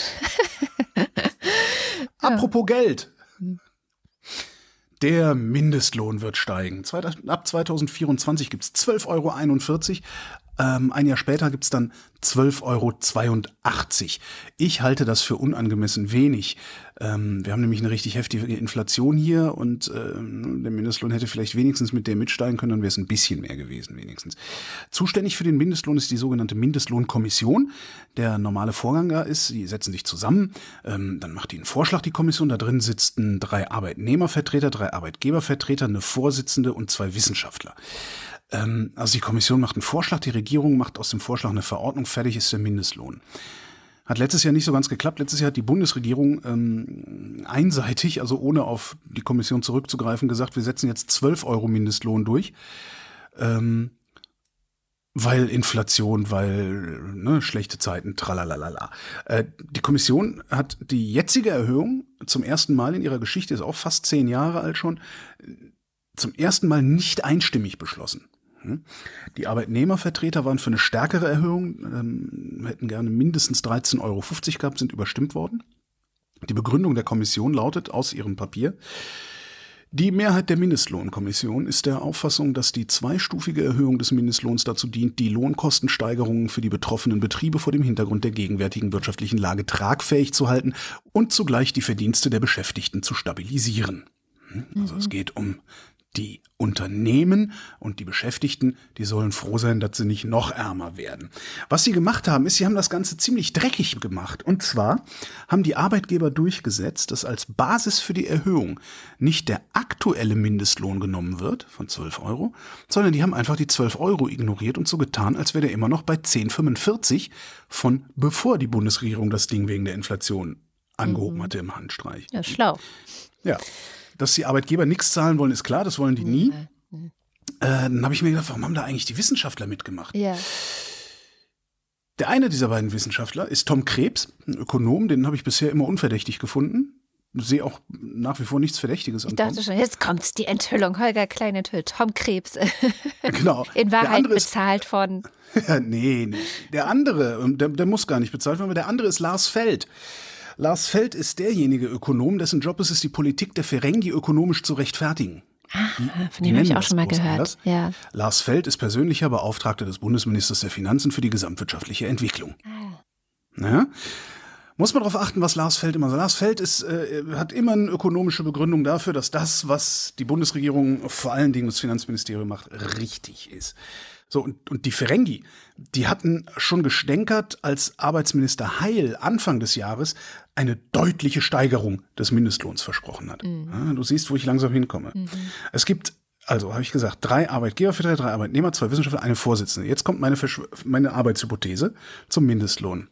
Doch. Apropos Geld. Der Mindestlohn wird steigen. Ab zwanzig vierundzwanzig gibt es zwölf Euro einundvierzig. Ähm, ein Jahr später gibt's dann zwölf Euro zweiundachtzig. Ich halte das für unangemessen wenig. Ähm, wir haben nämlich eine richtig heftige Inflation hier und ähm, der Mindestlohn hätte vielleicht wenigstens mit der mitsteigen können, dann wäre es ein bisschen mehr gewesen wenigstens. Zuständig für den Mindestlohn ist die sogenannte Mindestlohnkommission. Der normale Vorgang da ist, die setzen sich zusammen, ähm, dann macht die einen Vorschlag, die Kommission. Da drin sitzen drei Arbeitnehmervertreter, drei Arbeitgebervertreter, eine Vorsitzende und zwei Wissenschaftler. Also die Kommission macht einen Vorschlag, die Regierung macht aus dem Vorschlag eine Verordnung, fertig ist der Mindestlohn. Hat letztes Jahr nicht so ganz geklappt. Letztes Jahr hat die Bundesregierung ähm, einseitig, also ohne auf die Kommission zurückzugreifen, gesagt, wir setzen jetzt zwölf Euro Mindestlohn durch, ähm, weil Inflation, weil ne, schlechte Zeiten, tralalala. Äh, die Kommission hat die jetzige Erhöhung zum ersten Mal in ihrer Geschichte, ist auch fast zehn Jahre alt schon, zum ersten Mal nicht einstimmig beschlossen. Die Arbeitnehmervertreter waren für eine stärkere Erhöhung, ähm, hätten gerne mindestens dreizehn Euro fünfzig gehabt, sind überstimmt worden. Die Begründung der Kommission lautet aus ihrem Papier: Die Mehrheit der Mindestlohnkommission ist der Auffassung, dass die zweistufige Erhöhung des Mindestlohns dazu dient, die Lohnkostensteigerungen für die betroffenen Betriebe vor dem Hintergrund der gegenwärtigen wirtschaftlichen Lage tragfähig zu halten und zugleich die Verdienste der Beschäftigten zu stabilisieren. Also mhm. es geht um die Unternehmen und die Beschäftigten, die sollen froh sein, dass sie nicht noch ärmer werden. Was sie gemacht haben, ist, sie haben das Ganze ziemlich dreckig gemacht. Und zwar haben die Arbeitgeber durchgesetzt, dass als Basis für die Erhöhung nicht der aktuelle Mindestlohn genommen wird von zwölf Euro, sondern die haben einfach die zwölf Euro ignoriert und so getan, als wäre der immer noch bei zehn Komma fünfundvierzig von bevor die Bundesregierung das Ding wegen der Inflation angehoben mhm. hatte im Handstreich. Ja, schlau. Ja. Dass die Arbeitgeber nichts zahlen wollen, ist klar, das wollen die nie. Mhm. Äh, dann habe ich mir gedacht, warum haben da eigentlich die Wissenschaftler mitgemacht? Ja. Der eine dieser beiden Wissenschaftler ist Tom Krebs, ein Ökonom, den habe ich bisher immer unverdächtig gefunden. Sehe auch nach wie vor nichts Verdächtiges an Ich dachte Tom. schon, jetzt kommt die Enthüllung. Holger Klein enthüllt Tom Krebs. Genau. In Wahrheit bezahlt ist, von... nee, nee. Der andere, der, der muss gar nicht bezahlt werden, aber der andere ist Lars Feld. Lars Feld ist derjenige Ökonom, dessen Job es ist, die Politik der Ferengi ökonomisch zu rechtfertigen. Ah, von dem habe ich auch schon mal gehört. Ja. Lars Feld ist persönlicher Beauftragter des Bundesministers der Finanzen für die gesamtwirtschaftliche Entwicklung. Ah. Ja? Muss man darauf achten, was Lars Feld immer sagt. Lars Feld ist, äh, hat immer eine ökonomische Begründung dafür, dass das, was die Bundesregierung, vor allen Dingen das Finanzministerium macht, richtig ist. So, und, und die Ferengi, die hatten schon gestänkert, als Arbeitsminister Heil Anfang des Jahres eine deutliche Steigerung des Mindestlohns versprochen hat. Mhm. Ja, du siehst, wo ich langsam hinkomme. Mhm. Es gibt, also habe ich gesagt, drei Arbeitgebervertreter, drei Arbeitnehmer, zwei Wissenschaftler, eine Vorsitzende. Jetzt kommt meine, Verschw- meine Arbeitshypothese zum Mindestlohn.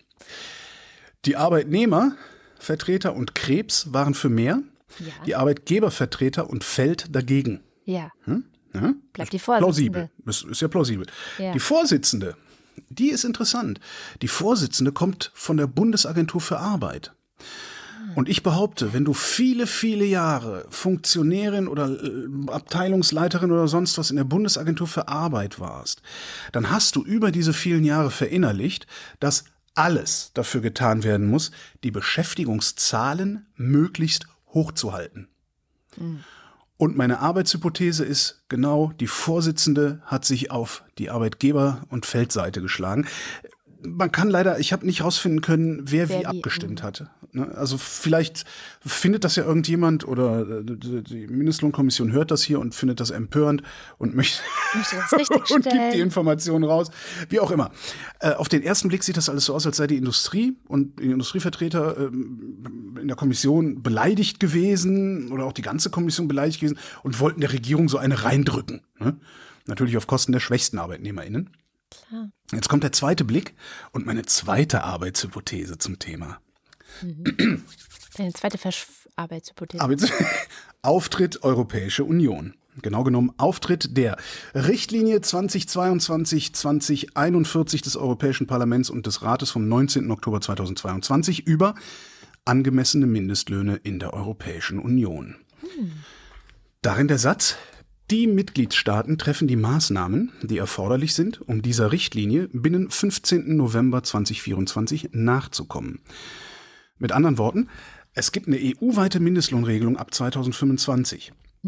Die Arbeitnehmervertreter und Krebs waren für mehr, ja. Die Arbeitgebervertreter und Feld dagegen. Ja. Hm? Ja? Bleibt die Vorsitzende. Plausibel. Das ist ja plausibel. Ja. Die Vorsitzende, die ist interessant. Die Vorsitzende kommt von der Bundesagentur für Arbeit. Und ich behaupte, wenn du viele, viele Jahre Funktionärin oder Abteilungsleiterin oder sonst was in der Bundesagentur für Arbeit warst, dann hast du über diese vielen Jahre verinnerlicht, dass alles dafür getan werden muss, die Beschäftigungszahlen möglichst hochzuhalten. Mhm. Und meine Arbeitshypothese ist genau, die Vorsitzende hat sich auf die Arbeitgeber- und Feldseite geschlagen. Man kann leider, ich habe nicht rausfinden können, wer, wer wie abgestimmt hatte. Also vielleicht findet das ja irgendjemand oder die Mindestlohnkommission hört das hier und findet das empörend und möchte das richtig und gibt die Informationen raus. Wie auch immer. Auf den ersten Blick sieht das alles so aus, als sei die Industrie und die Industrievertreter in der Kommission beleidigt gewesen oder auch die ganze Kommission beleidigt gewesen und wollten der Regierung so eine reindrücken. Natürlich auf Kosten der schwächsten ArbeitnehmerInnen. Klar. Jetzt kommt der zweite Blick und meine zweite Arbeitshypothese zum Thema. Mhm. Deine zweite Versch- Arbeitshypothese. Arbeits- Auftritt Europäische Union. Genau genommen Auftritt der Richtlinie zweitausendzweiundzwanzig zweitausendeinundvierzig des Europäischen Parlaments und des Rates vom neunzehnten Oktober zweitausendzweiundzwanzig über angemessene Mindestlöhne in der Europäischen Union. Hm. Darin der Satz: Die Mitgliedstaaten treffen die Maßnahmen, die erforderlich sind, um dieser Richtlinie binnen fünfzehnten November zweitausendvierundzwanzig nachzukommen. Mit anderen Worten, es gibt eine E U-weite Mindestlohnregelung ab zweitausendfünfundzwanzig. Mhm.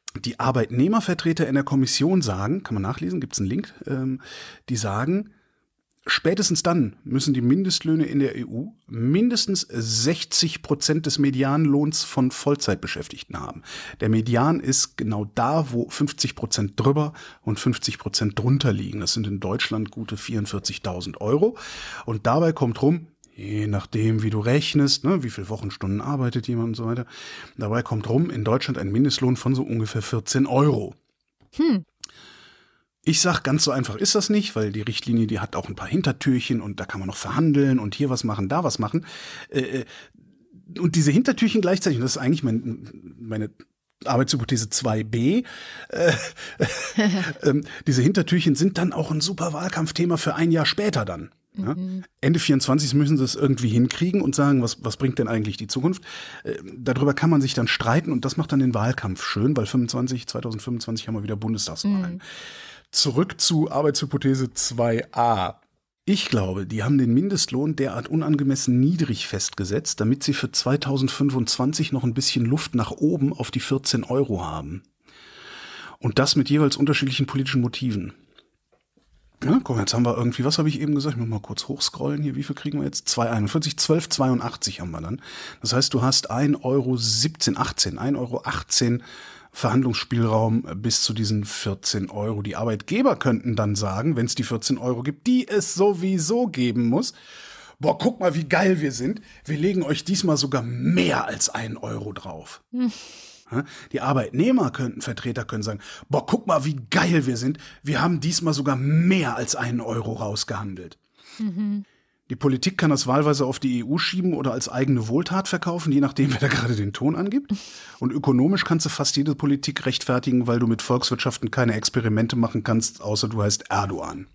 die Arbeitnehmervertreter in der Kommission sagen, kann man nachlesen, gibt es einen Link, ähm, die sagen, spätestens dann müssen die Mindestlöhne in der E U mindestens sechzig Prozent des Medianlohns von Vollzeitbeschäftigten haben. Der Median ist genau da, wo fünfzig Prozent drüber und fünfzig Prozent drunter liegen. Das sind in Deutschland gute vierundvierzigtausend Euro. Und dabei kommt rum, je nachdem, wie du rechnest, ne, wie viele Wochenstunden arbeitet jemand und so weiter, dabei kommt rum in Deutschland ein Mindestlohn von so ungefähr vierzehn Euro. Hm. Ich sag, ganz so einfach ist das nicht, weil die Richtlinie, die hat auch ein paar Hintertürchen und da kann man noch verhandeln und hier was machen, da was machen. Äh, und diese Hintertürchen gleichzeitig, und das ist eigentlich mein, meine Arbeitshypothese zwei b, äh, äh, diese Hintertürchen sind dann auch ein super Wahlkampfthema für ein Jahr später dann. Ja? Mhm. Ende vierundzwanzig müssen sie es irgendwie hinkriegen und sagen, was, was bringt denn eigentlich die Zukunft? Äh, darüber kann man sich dann streiten und das macht dann den Wahlkampf schön, weil fünfundzwanzig, zwanzig fünfundzwanzig haben wir wieder Bundestagswahlen. Mhm. Zurück zu Arbeitshypothese zwei a. Ich glaube, die haben den Mindestlohn derart unangemessen niedrig festgesetzt, damit sie für zweitausendfünfundzwanzig noch ein bisschen Luft nach oben auf die vierzehn Euro haben. Und das mit jeweils unterschiedlichen politischen Motiven. Ja, guck mal, jetzt haben wir irgendwie, was habe ich eben gesagt? Ich muss mal kurz hochscrollen hier. Wie viel kriegen wir jetzt? zwei Euro einundvierzig, zwölf Euro zweiundachtzig haben wir dann. Das heißt, du hast ein Euro siebzehn, achtzehn, ein Euro achtzehn Verhandlungsspielraum bis zu diesen vierzehn Euro. Die Arbeitgeber könnten dann sagen, wenn es die vierzehn Euro gibt, die es sowieso geben muss, boah, guck mal, wie geil wir sind. Wir legen euch diesmal sogar mehr als einen Euro drauf. Hm. Die Arbeitnehmer könnten, Vertreter können sagen, boah, guck mal, wie geil wir sind. Wir haben diesmal sogar mehr als einen Euro rausgehandelt. Mhm. Die Politik kann das wahlweise auf die E U schieben oder als eigene Wohltat verkaufen, je nachdem, wer da gerade den Ton angibt. Und ökonomisch kannst du fast jede Politik rechtfertigen, weil du mit Volkswirtschaften keine Experimente machen kannst, außer du heißt Erdogan.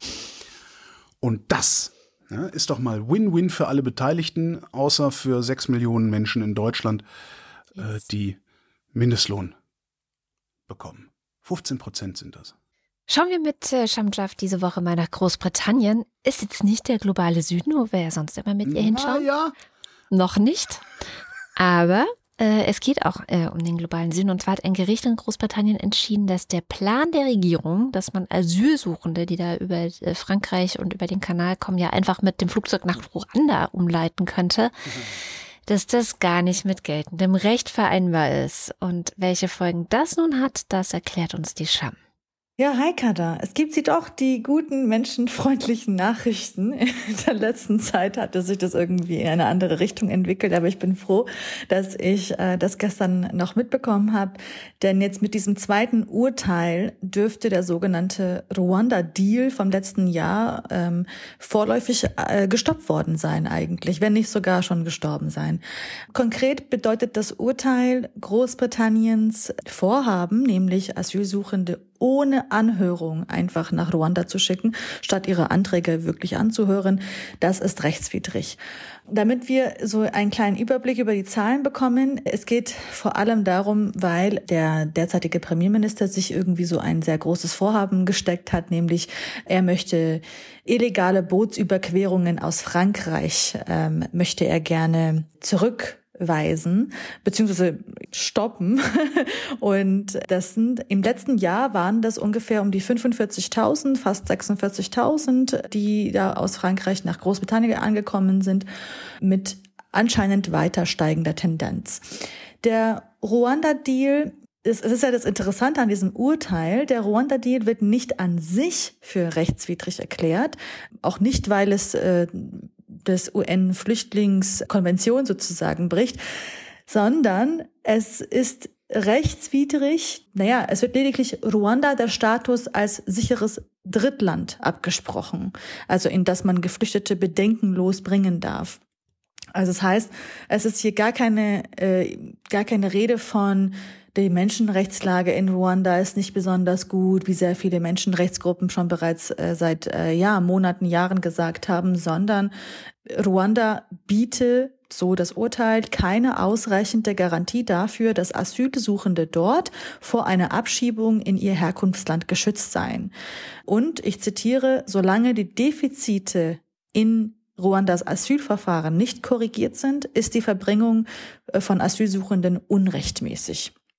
Und das, ja, ist doch mal Win-Win für alle Beteiligten, außer für sechs Millionen Menschen in Deutschland, äh, die Mindestlohn bekommen. fünfzehn Prozent sind das. Schauen wir mit äh, Shamjaf diese Woche mal nach Großbritannien. Ist jetzt nicht der globale Süden, wo wir ja sonst immer mit ihr hinschauen. Ja. Noch nicht. Aber äh, es geht auch äh, um den globalen Süden. Und zwar hat ein Gericht in Großbritannien entschieden, dass der Plan der Regierung, dass man Asylsuchende, die da über äh, Frankreich und über den Kanal kommen, ja einfach mit dem Flugzeug nach Ruanda umleiten könnte, mhm. dass das gar nicht mit geltendem Recht vereinbar ist. Und welche Folgen das nun hat, das erklärt uns die Sham. Ja, hi Kada. Es gibt sie doch, die guten, menschenfreundlichen Nachrichten. In der letzten Zeit hatte sich das irgendwie in eine andere Richtung entwickelt, aber ich bin froh, dass ich äh, das gestern noch mitbekommen habe, denn jetzt mit diesem zweiten Urteil dürfte der sogenannte Ruanda-Deal vom letzten Jahr ähm, vorläufig äh, gestoppt worden sein eigentlich, wenn nicht sogar schon gestorben sein. Konkret bedeutet das Urteil Großbritanniens Vorhaben, nämlich Asylsuchende ohne Anhörung einfach nach Ruanda zu schicken, statt ihre Anträge wirklich anzuhören, das ist rechtswidrig. Damit wir so einen kleinen Überblick über die Zahlen bekommen, es geht vor allem darum, weil der derzeitige Premierminister sich irgendwie so ein sehr großes Vorhaben gesteckt hat, nämlich er möchte illegale Bootsüberquerungen aus Frankreich, ähm, möchte er gerne zurück weisen, beziehungsweise stoppen. Und das sind, im letzten Jahr waren das ungefähr um die fünfundvierzigtausend, fast sechsundvierzigtausend, die da aus Frankreich nach Großbritannien angekommen sind, mit anscheinend weiter steigender Tendenz. Der Ruanda-Deal, es ist ja das Interessante an diesem Urteil, der Ruanda-Deal wird nicht an sich für rechtswidrig erklärt, auch nicht, weil es äh, des U N-Flüchtlingskonvention sozusagen bricht, sondern es ist rechtswidrig, naja, es wird lediglich Ruanda der Status als sicheres Drittland abgesprochen, also in das man Geflüchtete bedenkenlos bringen darf. Also das heißt, es ist hier gar keine, äh, gar keine Rede von, die Menschenrechtslage in Ruanda ist nicht besonders gut, wie sehr viele Menschenrechtsgruppen schon bereits äh, seit äh, ja, Monaten, Jahren gesagt haben, sondern Ruanda biete, so das Urteil, keine ausreichende Garantie dafür, dass Asylsuchende dort vor einer Abschiebung in ihr Herkunftsland geschützt seien. Und ich zitiere, solange die Defizite in Ruandas Asylverfahren nicht korrigiert sind, ist die Verbringung von Asylsuchenden unrechtmäßig.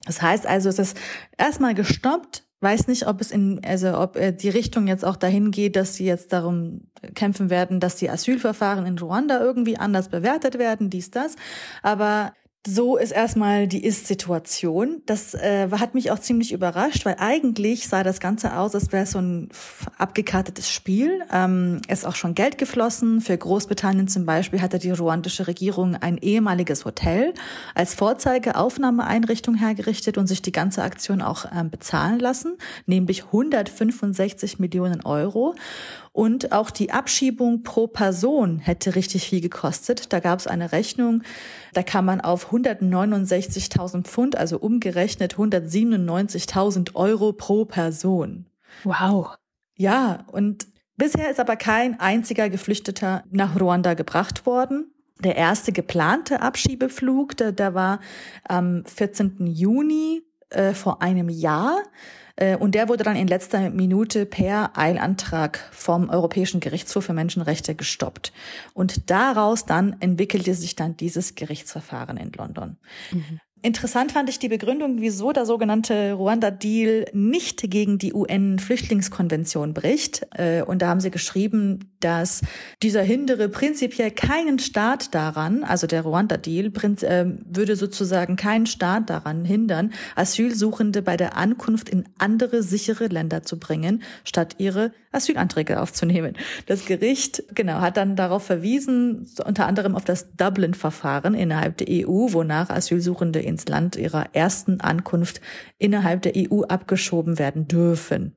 Das heißt also, es ist erstmal gestoppt. Weiß nicht, ob es in, also ob die Richtung jetzt auch dahin geht, dass sie jetzt darum kämpfen werden, dass die Asylverfahren in Ruanda irgendwie anders bewertet werden, dies, das. Aber so ist erstmal die Ist-Situation. Das äh, hat mich auch ziemlich überrascht, weil eigentlich sah das Ganze aus, als wäre es so ein abgekartetes Spiel. Ähm, es ist auch schon Geld geflossen. Für Großbritannien zum Beispiel hatte die ruandische Regierung ein ehemaliges Hotel als Vorzeigeaufnahmeeinrichtung hergerichtet und sich die ganze Aktion auch ähm, bezahlen lassen, nämlich hundertfünfundsechzig Millionen Euro. Und auch die Abschiebung pro Person hätte richtig viel gekostet. Da gab es eine Rechnung, da kam man auf hundertneunundsechzigtausend Pfund, also umgerechnet hundertsiebenundneunzigtausend Euro pro Person. Wow. Ja, und bisher ist aber kein einziger Geflüchteter nach Ruanda gebracht worden. Der erste geplante Abschiebeflug, der, der war am vierzehnten Juni äh, vor einem Jahr. Und der wurde dann in letzter Minute per Eilantrag vom Europäischen Gerichtshof für Menschenrechte gestoppt. Und daraus dann entwickelte sich dann dieses Gerichtsverfahren in London. Mhm. Interessant fand ich die Begründung, wieso der sogenannte Ruanda-Deal nicht gegen die U N-Flüchtlingskonvention bricht. Und da haben sie geschrieben, dass dieser hindere prinzipiell keinen Staat daran, also der Ruanda-Deal würde sozusagen keinen Staat daran hindern, Asylsuchende bei der Ankunft in andere sichere Länder zu bringen, statt ihre Asylanträge aufzunehmen. Das Gericht, genau, hat dann darauf verwiesen, unter anderem auf das Dublin-Verfahren innerhalb der E U, wonach Asylsuchende ins Land ihrer ersten Ankunft innerhalb der E U abgeschoben werden dürfen.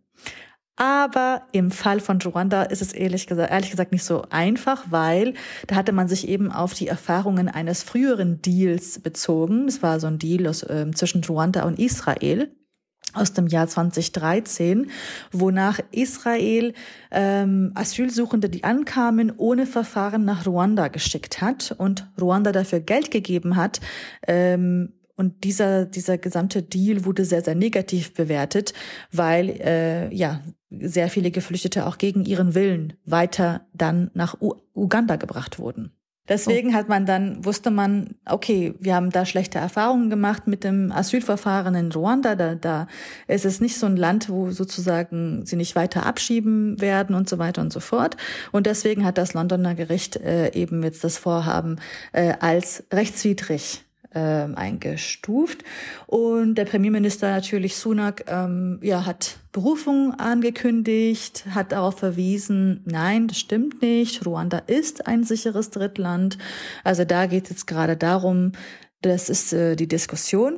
Aber im Fall von Ruanda ist es ehrlich gesagt, ehrlich gesagt nicht so einfach, weil da hatte man sich eben auf die Erfahrungen eines früheren Deals bezogen. Es war so ein Deal aus, äh, zwischen Ruanda und Israel aus dem Jahr zweitausenddreizehn, wonach Israel ähm, Asylsuchende, die ankamen, ohne Verfahren nach Ruanda geschickt hat und Ruanda dafür Geld gegeben hat. Ähm, und dieser dieser gesamte Deal wurde sehr, sehr negativ bewertet, weil äh, ja sehr viele Geflüchtete auch gegen ihren Willen weiter dann nach U- Uganda gebracht wurden. Deswegen hat man dann, wusste man, okay, wir haben da schlechte Erfahrungen gemacht mit dem Asylverfahren in Ruanda. Da, da ist es nicht so ein Land, wo sozusagen sie nicht weiter abschieben werden und so weiter und so fort. Und deswegen hat das Londoner Gericht äh, eben jetzt das Vorhaben äh, als rechtswidrig Ähm, eingestuft. Und der Premierminister natürlich Sunak ähm, ja, hat Berufung angekündigt, hat darauf verwiesen, nein, das stimmt nicht, Ruanda ist ein sicheres Drittland. Also da geht es jetzt gerade darum, das ist äh, die Diskussion.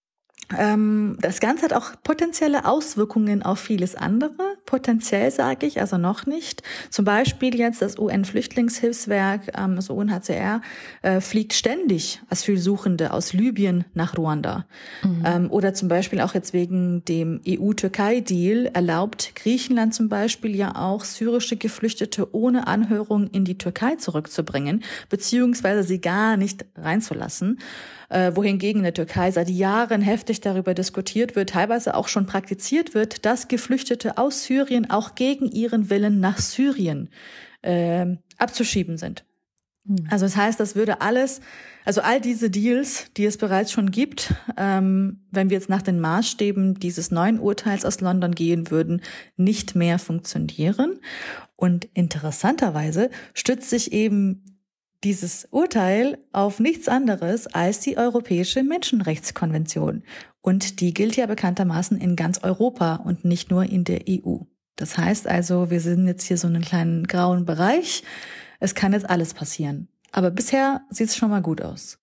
Ähm, das Ganze hat auch potenzielle Auswirkungen auf vieles andere. Potenziell sage ich, also noch nicht. Zum Beispiel jetzt das U N-Flüchtlingshilfswerk, ähm, das U N H C R, äh, fliegt ständig Asylsuchende aus Libyen nach Ruanda. Mhm. Ähm, oder zum Beispiel auch jetzt wegen dem E U-Türkei-Deal erlaubt Griechenland zum Beispiel ja auch syrische Geflüchtete ohne Anhörung in die Türkei zurückzubringen, beziehungsweise sie gar nicht reinzulassen. Äh, wohingegen in der Türkei seit Jahren heftig darüber diskutiert wird, teilweise auch schon praktiziert wird, dass Geflüchtete aus Syrien auch gegen ihren Willen nach Syrien äh, abzuschieben sind. Mhm. Also das heißt, das würde alles, also all diese Deals, die es bereits schon gibt, ähm, wenn wir jetzt nach den Maßstäben dieses neuen Urteils aus London gehen würden, nicht mehr funktionieren. Und interessanterweise stützt sich eben dieses Urteil auf nichts anderes als die Europäische Menschenrechtskonvention. Und die gilt ja bekanntermaßen in ganz Europa und nicht nur in der E U. Das heißt also, wir sind jetzt hier so in einem kleinen grauen Bereich. Es kann jetzt alles passieren. Aber bisher sieht es schon mal gut aus.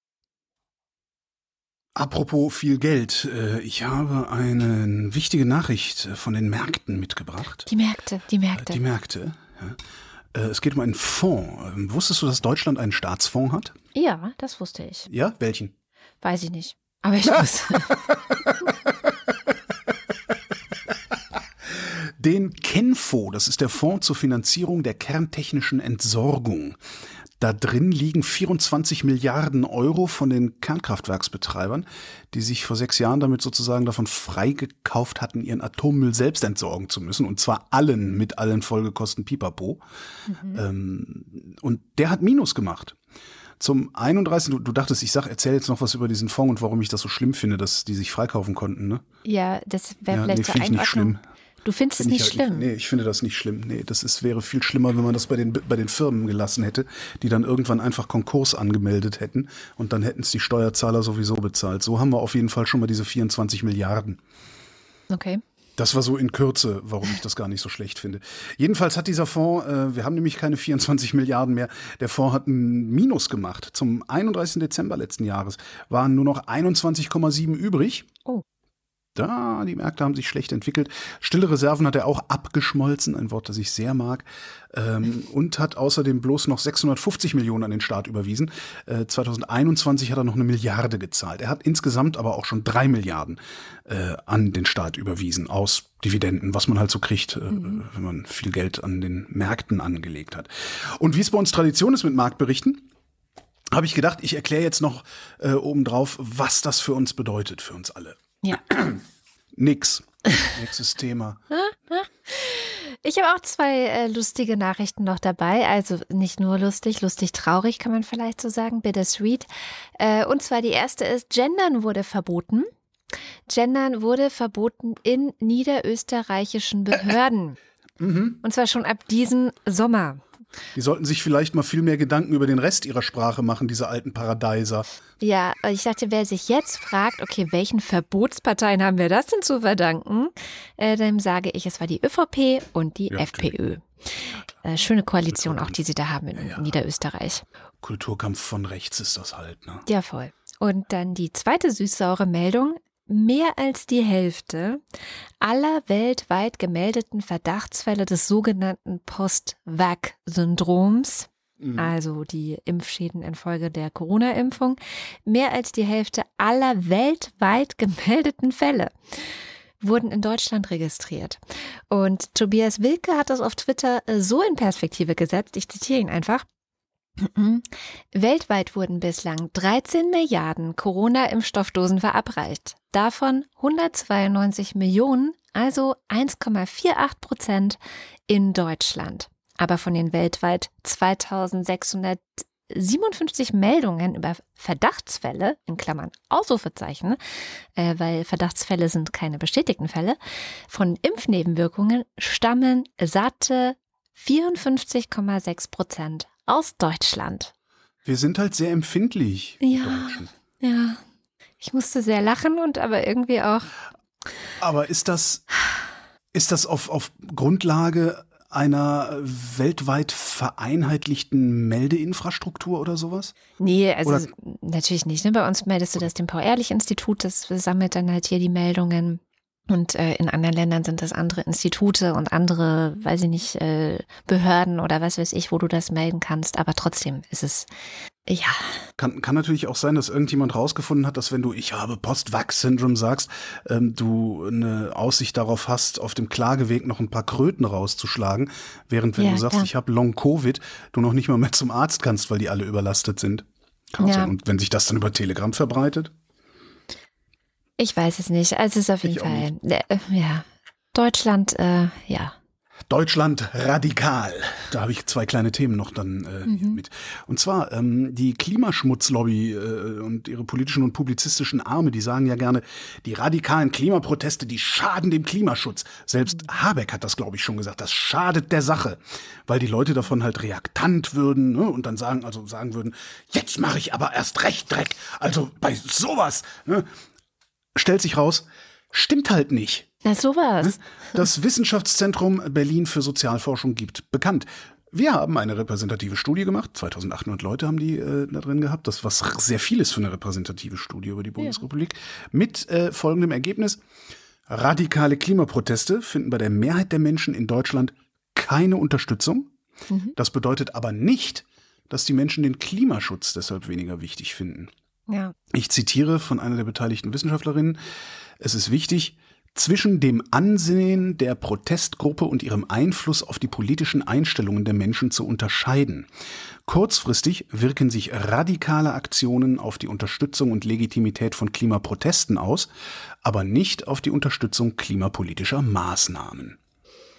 Apropos viel Geld, ich habe eine wichtige Nachricht von den Märkten mitgebracht. Die Märkte, die Märkte. Die Märkte, ja. Es geht um einen Fonds. Wusstest du, dass Deutschland einen Staatsfonds hat? Ja, das wusste ich. Ja, welchen? Weiß ich nicht, aber ich wusste. Den KENFO, das ist der Fonds zur Finanzierung der kerntechnischen Entsorgung. Da drin liegen vierundzwanzig Milliarden Euro von den Kernkraftwerksbetreibern, die sich vor sechs Jahren damit sozusagen davon freigekauft hatten, ihren Atommüll selbst entsorgen zu müssen. Und zwar allen mit allen Folgekosten pipapo. Mhm. Ähm, und der hat Minus gemacht. Zum einunddreißigsten Du, du dachtest, ich sag, erzähl jetzt noch was über diesen Fonds und warum ich das so schlimm finde, dass die sich freikaufen konnten, ne? Ja, das wäre Ja, vielleicht nee, zur finde ich nicht Einordnung. schlimm. Du findest es Find nicht ich halt schlimm? Nee, ich finde das nicht schlimm. Nee, das ist, wäre viel schlimmer, wenn man das bei den, bei den Firmen gelassen hätte, die dann irgendwann einfach Konkurs angemeldet hätten und dann hätten es die Steuerzahler sowieso bezahlt. So haben wir auf jeden Fall schon mal diese vierundzwanzig Milliarden. Okay. Das war so in Kürze, warum ich das gar nicht so schlecht finde. Jedenfalls hat dieser Fonds, äh, wir haben nämlich keine vierundzwanzig Milliarden mehr, der Fonds hat ein Minus gemacht. Zum einunddreißigsten Dezember letzten Jahres waren nur noch einundzwanzig Komma sieben übrig. Oh. Da, die Märkte haben sich schlecht entwickelt. Stille Reserven hat er auch abgeschmolzen, ein Wort, das ich sehr mag, ähm, und hat außerdem bloß noch sechshundertfünfzig Millionen an den Staat überwiesen. Äh, zweitausendeinundzwanzig hat er noch eine Milliarde gezahlt. Er hat insgesamt aber auch schon drei Milliarden äh, an den Staat überwiesen aus Dividenden, was man halt so kriegt, äh, mhm. wenn man viel Geld an den Märkten angelegt hat. Und wie es bei uns Tradition ist mit Marktberichten, habe ich gedacht, ich erkläre jetzt noch äh, obendrauf, was das für uns bedeutet, für uns alle. Ja. Nix. Nächstes Thema. Ich habe auch zwei äh, lustige Nachrichten noch dabei. Also nicht nur lustig, lustig traurig kann man vielleicht so sagen, bittersweet. Äh, und zwar die erste ist, Gendern wurde verboten. Gendern wurde verboten in niederösterreichischen Behörden. Mhm. Und zwar schon ab diesem Sommer. Die sollten sich vielleicht mal viel mehr Gedanken über den Rest ihrer Sprache machen, diese alten Paradeiser. Ja, ich dachte, wer sich jetzt fragt, okay, welchen Verbotsparteien haben wir das denn zu verdanken, äh, dann sage ich, es war die ÖVP und die Ja, FPÖ. Äh, schöne Koalition auch, die sie da haben in Ja, ja. Niederösterreich. Kulturkampf von rechts ist das halt, ne? Ja, voll. Und dann die zweite süß-saure Meldung. Mehr als die Hälfte aller weltweit gemeldeten Verdachtsfälle des sogenannten Post-Vac-Syndroms, Mhm. also die Impfschäden infolge der Corona-Impfung, mehr als die Hälfte aller weltweit gemeldeten Fälle wurden in Deutschland registriert. Und Tobias Wilke hat das auf Twitter so in Perspektive gesetzt, ich zitiere ihn einfach. Weltweit wurden bislang dreizehn Milliarden Corona-Impfstoffdosen verabreicht. Davon hundertzweiundneunzig Millionen, also eins Komma achtundvierzig Prozent in Deutschland. Aber von den weltweit zweitausendsechshundertsiebenundfünfzig Meldungen über Verdachtsfälle, in Klammern Ausrufezeichen, äh, weil Verdachtsfälle sind keine bestätigten Fälle, von Impfnebenwirkungen stammen satte vierundfünfzig Komma sechs Prozent aus Deutschland. Wir sind halt sehr empfindlich. Ja, Deutschen. ja. Ich musste sehr lachen und aber irgendwie auch. Aber ist das, ist das auf, auf Grundlage einer weltweit vereinheitlichten Meldeinfrastruktur oder sowas? Nee, also Oder? Natürlich nicht. Ne? Bei uns meldest du das dem Paul-Ehrlich-Institut, das sammelt dann halt hier die Meldungen. Und äh, in anderen Ländern sind das andere Institute und andere, weiß ich nicht, äh, Behörden oder was weiß ich, wo du das melden kannst. Aber trotzdem ist es, ja. Kann, kann natürlich auch sein, dass irgendjemand rausgefunden hat, dass wenn du ich habe Post-Vac-Syndrom sagst, ähm, du eine Aussicht darauf hast, auf dem Klageweg noch ein paar Kröten rauszuschlagen, während wenn Ja, du sagst, klar. ich habe Long-Covid, du noch nicht mal mehr zum Arzt kannst, weil die alle überlastet sind. Kann Ja. sein. Und wenn sich das dann über Telegram verbreitet? Ich weiß es nicht. Also es ist auf jeden Ich auch Fall, äh, ja. Deutschland, äh, ja. Deutschland radikal. Da habe ich zwei kleine Themen noch dann äh, Mhm. mit. Und zwar ähm, die Klimaschmutzlobby äh, und ihre politischen und publizistischen Arme, die sagen ja gerne, die radikalen Klimaproteste, die schaden dem Klimaschutz. Selbst Habeck hat das, glaube ich, schon gesagt. Das schadet der Sache, weil die Leute davon halt reaktant würden, ne, und dann sagen, also sagen würden, jetzt mache ich aber erst recht Dreck. Also bei sowas. Ne, stellt sich raus, stimmt halt nicht. Na sowas. Das Wissenschaftszentrum Berlin für Sozialforschung gibt bekannt. Wir haben eine repräsentative Studie gemacht. zweitausendachthundert Leute haben die äh, da drin gehabt. Das was sehr viel ist für eine repräsentative Studie über die Bundesrepublik. Mit äh, folgendem Ergebnis. Radikale Klimaproteste finden bei der Mehrheit der Menschen in Deutschland keine Unterstützung. Mhm. Das bedeutet aber nicht, dass die Menschen den Klimaschutz deshalb weniger wichtig finden. Ja. Ich zitiere von einer der beteiligten Wissenschaftlerinnen. Es ist wichtig, zwischen dem Ansehen der Protestgruppe und ihrem Einfluss auf die politischen Einstellungen der Menschen zu unterscheiden. Kurzfristig wirken sich radikale Aktionen auf die Unterstützung und Legitimität von Klimaprotesten aus, aber nicht auf die Unterstützung klimapolitischer Maßnahmen.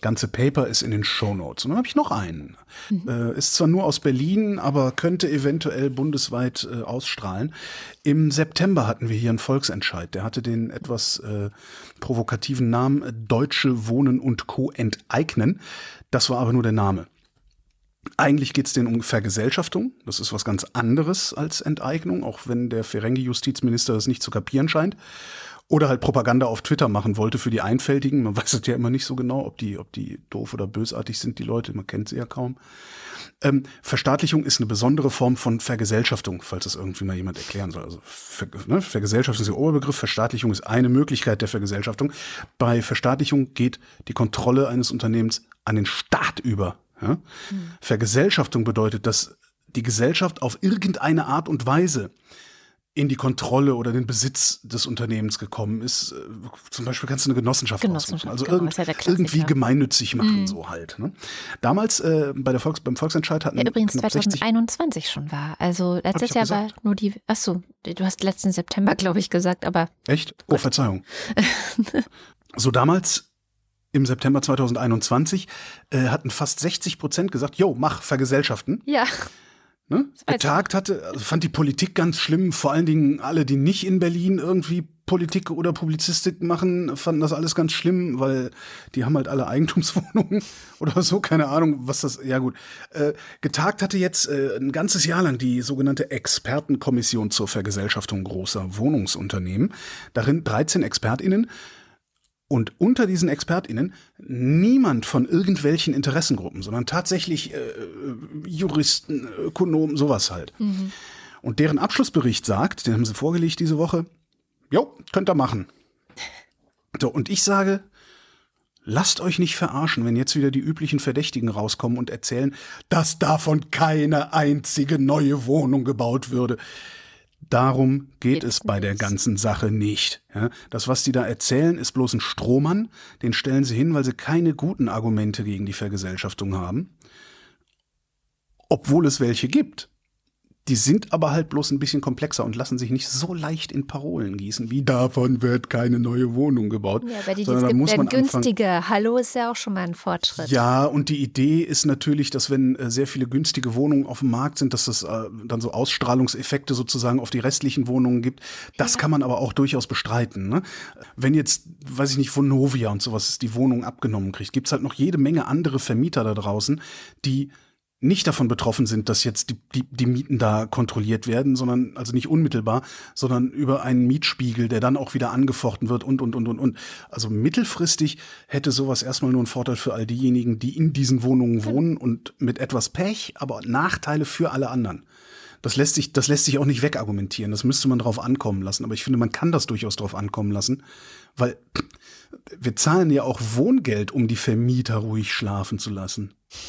ganze Paper ist in den Shownotes. Und dann habe ich noch einen. Mhm. Äh, ist zwar nur aus Berlin, aber könnte eventuell bundesweit äh, ausstrahlen. Im September hatten wir hier einen Volksentscheid. Der hatte den etwas äh, provokativen Namen Deutsche Wohnen und Co. enteignen. Das war aber nur der Name. Eigentlich geht es denen um Vergesellschaftung. Das ist was ganz anderes als Enteignung, auch wenn der Ferengi-Justizminister das nicht zu kapieren scheint. Oder halt Propaganda auf Twitter machen wollte für die Einfältigen. Man weiß es ja immer nicht so genau, ob die, ob die doof oder bösartig sind, die Leute. Man kennt sie ja kaum. Ähm, Verstaatlichung ist eine besondere Form von Vergesellschaftung, falls das irgendwie mal jemand erklären soll. Also Ver, ne, Vergesellschaftung ist der Oberbegriff, Verstaatlichung ist eine Möglichkeit der Vergesellschaftung. Bei Verstaatlichung geht die Kontrolle eines Unternehmens an den Staat über. Ja? Hm. Vergesellschaftung bedeutet, dass die Gesellschaft auf irgendeine Art und Weise in die Kontrolle oder den Besitz des Unternehmens gekommen ist. Zum Beispiel kannst du eine Genossenschaft, Genossenschaft ausmachen. Also genau, irgend, ja irgendwie gemeinnützig machen, mm. so halt. Ne? Damals äh, bei der Volks-, beim Volksentscheid hatten ja, übrigens zwanzig einundzwanzig schon war. Also letztes Jahr war nur die, achso, du hast letzten September, glaube ich, gesagt, aber. Echt? Oh, gut. Verzeihung. So damals im September zwanzig einundzwanzig äh, hatten fast sechzig Prozent gesagt, jo, mach Vergesellschaften. Ja. Ne? Getagt hatte, also fand die Politik ganz schlimm, vor allen Dingen alle, die nicht in Berlin irgendwie Politik oder Publizistik machen, fanden das alles ganz schlimm, weil die haben halt alle Eigentumswohnungen oder so, keine Ahnung, was das, ja gut. Äh, getagt hatte jetzt äh, ein ganzes Jahr lang die sogenannte Expertenkommission zur Vergesellschaftung großer Wohnungsunternehmen, darin dreizehn ExpertInnen. Und unter diesen ExpertInnen niemand von irgendwelchen Interessengruppen, sondern tatsächlich äh, Juristen, Ökonomen, sowas halt. Mhm. Und deren Abschlussbericht sagt, den haben sie vorgelegt diese Woche, jo, könnt ihr machen. So, und ich sage, lasst euch nicht verarschen, wenn jetzt wieder die üblichen Verdächtigen rauskommen und erzählen, dass davon keine einzige neue Wohnung gebaut würde. Darum geht Geht's es bei nicht. Der ganzen Sache nicht. Ja, das, was die da erzählen, ist bloß ein Strohmann. Den stellen sie hin, weil sie keine guten Argumente gegen die Vergesellschaftung haben. Obwohl es welche gibt. Die sind aber halt bloß ein bisschen komplexer und lassen sich nicht so leicht in Parolen gießen, wie davon wird keine neue Wohnung gebaut. Ja, aber die, die es gibt, werden günstige. Hallo ist ja auch schon mal ein Fortschritt. Ja, und die Idee ist natürlich, dass wenn äh, sehr viele günstige Wohnungen auf dem Markt sind, dass es äh, dann so Ausstrahlungseffekte sozusagen auf die restlichen Wohnungen gibt. Das ja. kann man aber auch durchaus bestreiten. Ne? Wenn jetzt, weiß ich nicht, Vonovia und sowas die Wohnung abgenommen kriegt, gibt's halt noch jede Menge andere Vermieter da draußen, die nicht davon betroffen sind, dass jetzt die, die, die Mieten da kontrolliert werden, sondern, also nicht unmittelbar, sondern über einen Mietspiegel, der dann auch wieder angefochten wird und, und, und, und, und. Also mittelfristig hätte sowas erstmal nur einen Vorteil für all diejenigen, die in diesen Wohnungen wohnen und mit etwas Pech, aber Nachteile für alle anderen. Das lässt sich, das lässt sich auch nicht wegargumentieren. Das müsste man drauf ankommen lassen. Aber ich finde, man kann das durchaus drauf ankommen lassen, weil wir zahlen ja auch Wohngeld, um die Vermieter ruhig schlafen zu lassen.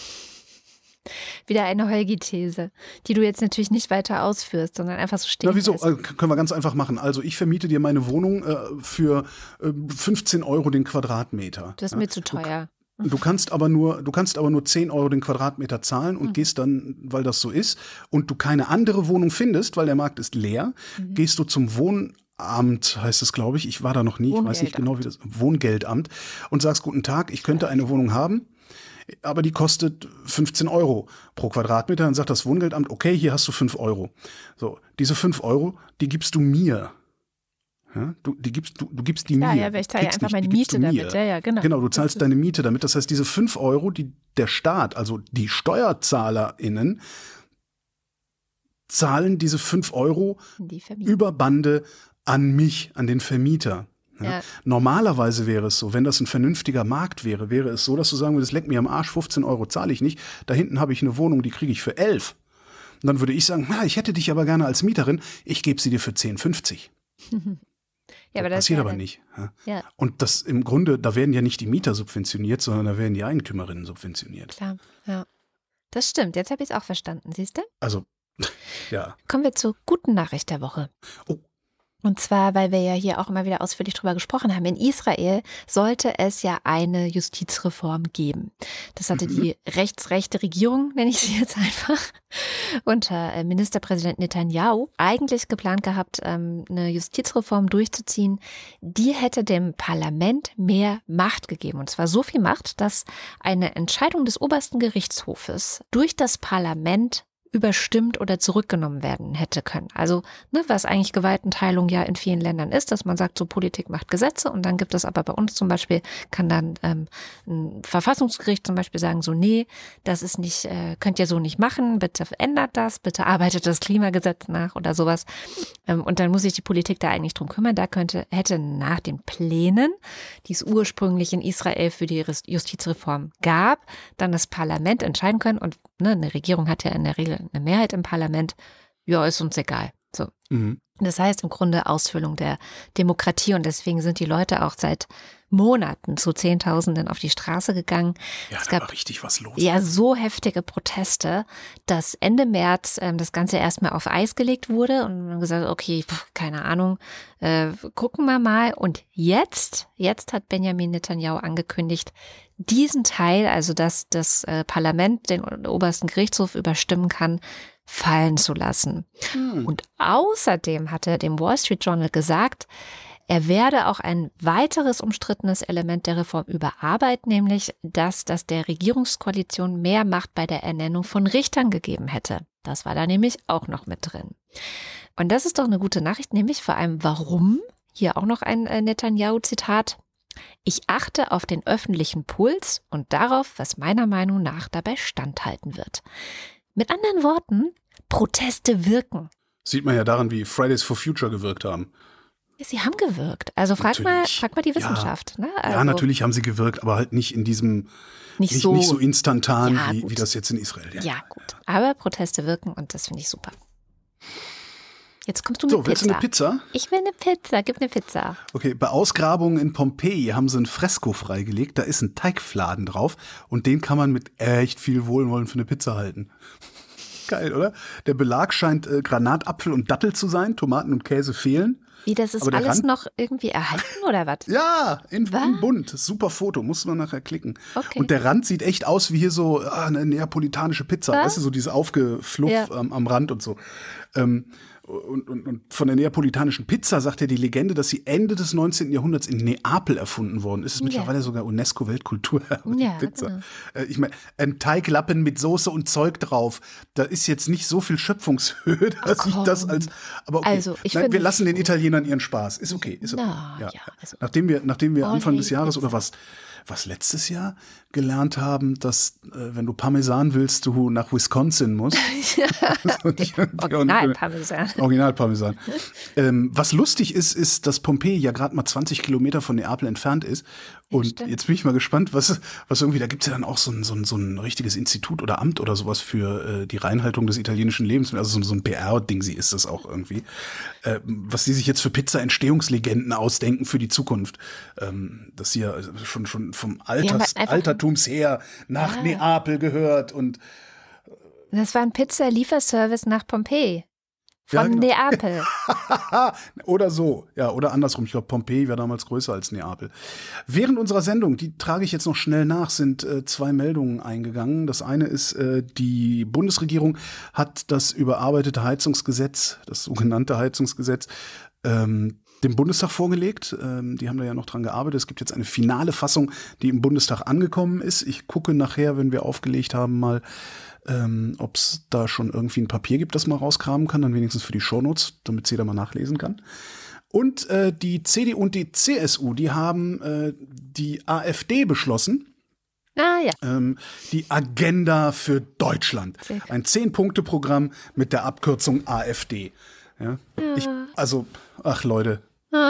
Wieder eine Holgi-These, die du jetzt natürlich nicht weiter ausführst, sondern einfach so stehen. Na wieso? Also, können wir ganz einfach machen. Also ich vermiete dir meine Wohnung äh, für äh, fünfzehn Euro den Quadratmeter. Das ist ja? mir zu teuer. Du, du kannst aber nur, du kannst aber nur zehn Euro den Quadratmeter zahlen und mhm. gehst dann, weil das so ist, und du keine andere Wohnung findest, weil der Markt ist leer, mhm. gehst du zum Wohnamt, heißt es, glaube ich. Ich war da noch nie, ich weiß nicht genau, wie das Wohngeldamt, und sagst, guten Tag, ich könnte eine Wohnung haben. Aber die kostet fünfzehn Euro pro Quadratmeter. Dann sagt das Wohngeldamt, okay, hier hast du fünf Euro. So, diese fünf Euro, die gibst du mir. Ja, du, die gibst, du, du gibst die ja, mir. Ja, ja, ich zahle einfach meine Miete damit. Ja, ja, genau. Genau, du zahlst deine Miete damit. Das heißt, diese fünf Euro, die der Staat, also die SteuerzahlerInnen, zahlen diese fünf Euro die über Bande an mich, an den Vermieter. Ja. Ja. Normalerweise wäre es so, wenn das ein vernünftiger Markt wäre, wäre es so, dass du sagen würdest, leck mir am Arsch, fünfzehn Euro zahle ich nicht, da hinten habe ich eine Wohnung, die kriege ich für elf. Und dann würde ich sagen, na, ich hätte dich aber gerne als Mieterin, ich gebe sie dir für zehn fünfzig. Ja, das aber das passiert ja aber dann, nicht. Ja. Ja. Und das im Grunde, da werden ja nicht die Mieter subventioniert, sondern da werden die Eigentümerinnen subventioniert. Klar, ja. Das stimmt, jetzt habe ich es auch verstanden, siehst du? Also, ja. Kommen wir zur guten Nachricht der Woche. Oh. Und zwar, weil wir ja hier auch immer wieder ausführlich drüber gesprochen haben. In Israel sollte es ja eine Justizreform geben. Das hatte mhm. die rechtsrechte Regierung, nenne ich sie jetzt einfach, unter Ministerpräsident Netanyahu eigentlich geplant gehabt, eine Justizreform durchzuziehen. Die hätte dem Parlament mehr Macht gegeben. Und zwar so viel Macht, dass eine Entscheidung des obersten Gerichtshofes durch das Parlament überstimmt oder zurückgenommen werden hätte können. Also, ne, was eigentlich Gewaltenteilung ja in vielen Ländern ist, dass man sagt, so Politik macht Gesetze und dann gibt es aber bei uns zum Beispiel, kann dann ähm, ein Verfassungsgericht zum Beispiel sagen, so nee, das ist nicht, äh, könnt ihr so nicht machen, bitte ändert das, bitte arbeitet das Klimagesetz nach oder sowas. Ähm, und dann muss sich die Politik da eigentlich drum kümmern. Da könnte, hätte nach den Plänen, die es ursprünglich in Israel für die Justizreform gab, dann das Parlament entscheiden können und ne, eine Regierung hat ja in der Regel eine Mehrheit im Parlament, ja, ist uns egal. So. Mhm. Das heißt im Grunde Ausfüllung der Demokratie und deswegen sind die Leute auch seit Monaten zu Zehntausenden auf die Straße gegangen. Ja, es da gab war richtig was los. Ja, so heftige Proteste, dass Ende März ähm, das Ganze erstmal auf Eis gelegt wurde und man gesagt, okay, pf, keine Ahnung, äh, gucken wir mal. Und jetzt, jetzt hat Benjamin Netanyahu angekündigt, diesen Teil, also dass das äh, Parlament den obersten Gerichtshof überstimmen kann, fallen zu lassen. Hm. Und außerdem hat er dem Wall Street Journal gesagt, er werde auch ein weiteres umstrittenes Element der Reform überarbeiten, nämlich das, dass der Regierungskoalition mehr Macht bei der Ernennung von Richtern gegeben hätte. Das war da nämlich auch noch mit drin. Und das ist doch eine gute Nachricht, nämlich vor allem warum, hier auch noch ein Netanyahu-Zitat, ich achte auf den öffentlichen Puls und darauf, was meiner Meinung nach dabei standhalten wird. Mit anderen Worten, Proteste wirken. Sieht man ja daran, wie Fridays for Future gewirkt haben. Sie haben gewirkt. Also frag mal, frag mal die Wissenschaft. Ja, ne? Also ja, natürlich haben sie gewirkt, aber halt nicht in diesem, nicht, nicht, so, nicht so instantan, ja, wie, wie das jetzt in Israel. Ja, ja, gut. Aber Proteste wirken und das finde ich super. Jetzt kommst du mit so, Pizza. Willst du eine Pizza? Ich will eine Pizza, gib eine Pizza. Okay, bei Ausgrabungen in Pompeji haben sie ein Fresko freigelegt, da ist ein Teigfladen drauf und den kann man mit echt viel Wohlwollen für eine Pizza halten. Geil, oder? Der Belag scheint äh, Granatapfel und Dattel zu sein, Tomaten und Käse fehlen. Wie, das ist alles Rand noch irgendwie erhalten oder was? Ja, in, in bunt. Super Foto, muss man nachher klicken. Okay. Und der Rand sieht echt aus wie hier so ah, eine neapolitanische Pizza. Was? Weißt du, so dieses Aufgefluff ja. ähm, am Rand und so. Ähm, Und, und, und von der neapolitanischen Pizza sagt ja die Legende, dass sie Ende des neunzehnten Jahrhunderts in Neapel erfunden worden ist. Es ist ja. mittlerweile sogar UNESCO-Weltkulturerbe, ja, die Pizza. Genau. Äh, ich meine, ein Teiglappen mit Soße und Zeug drauf. Da ist jetzt nicht so viel Schöpfungshöhe, dass Ach, ich das als. Aber okay, also, ich Nein, wir lassen den Italienern ihren Spaß. Ist okay. Ist okay. Na, ja. Ja, also nachdem wir, nachdem wir Anfang hey, des Jahres Pizza. oder was, was letztes Jahr gelernt haben, dass äh, wenn du Parmesan willst, du nach Wisconsin musst. Original Parmesan. Original Parmesan. ähm, was lustig ist, ist, dass Pompeji ja gerade mal zwanzig Kilometer von Neapel entfernt ist. Und ja, jetzt bin ich mal gespannt, was, was irgendwie, da gibt's ja dann auch so ein, so ein, so ein richtiges Institut oder Amt oder sowas für äh, die Reinhaltung des italienischen Lebens. Also so, so ein P R-Ding, sie ist das auch irgendwie. Äh, was die sich jetzt für Pizza-Entstehungslegenden ausdenken für die Zukunft. Ähm, dass sie ja schon, schon vom Alters, Altertums her nach ja. Neapel gehört und das war ein Pizza-Lieferservice nach Pompeji. Von ja, genau. Neapel. Oder so, ja, oder andersrum. Ich glaube, Pompeji war damals größer als Neapel. Während unserer Sendung, die trage ich jetzt noch schnell nach, sind äh, zwei Meldungen eingegangen. Das eine ist, äh, die Bundesregierung hat das überarbeitete Heizungsgesetz, das sogenannte Heizungsgesetz, ähm, dem Bundestag vorgelegt. Ähm, die haben da ja noch dran gearbeitet. Es gibt jetzt eine finale Fassung, die im Bundestag angekommen ist. Ich gucke nachher, wenn wir aufgelegt haben, mal, ähm, ob es da schon irgendwie ein Papier gibt, das man rauskramen kann, dann wenigstens für die Shownotes, damit jeder mal nachlesen kann. Und äh, die C D U und die C S U, die haben äh, die AfD beschlossen. Ah, ja. Ähm, die Agenda für Deutschland. Ein Zehn-Punkte-Programm mit der Abkürzung AfD. Ja? Ja. Ich, also, ach Leute. Ah.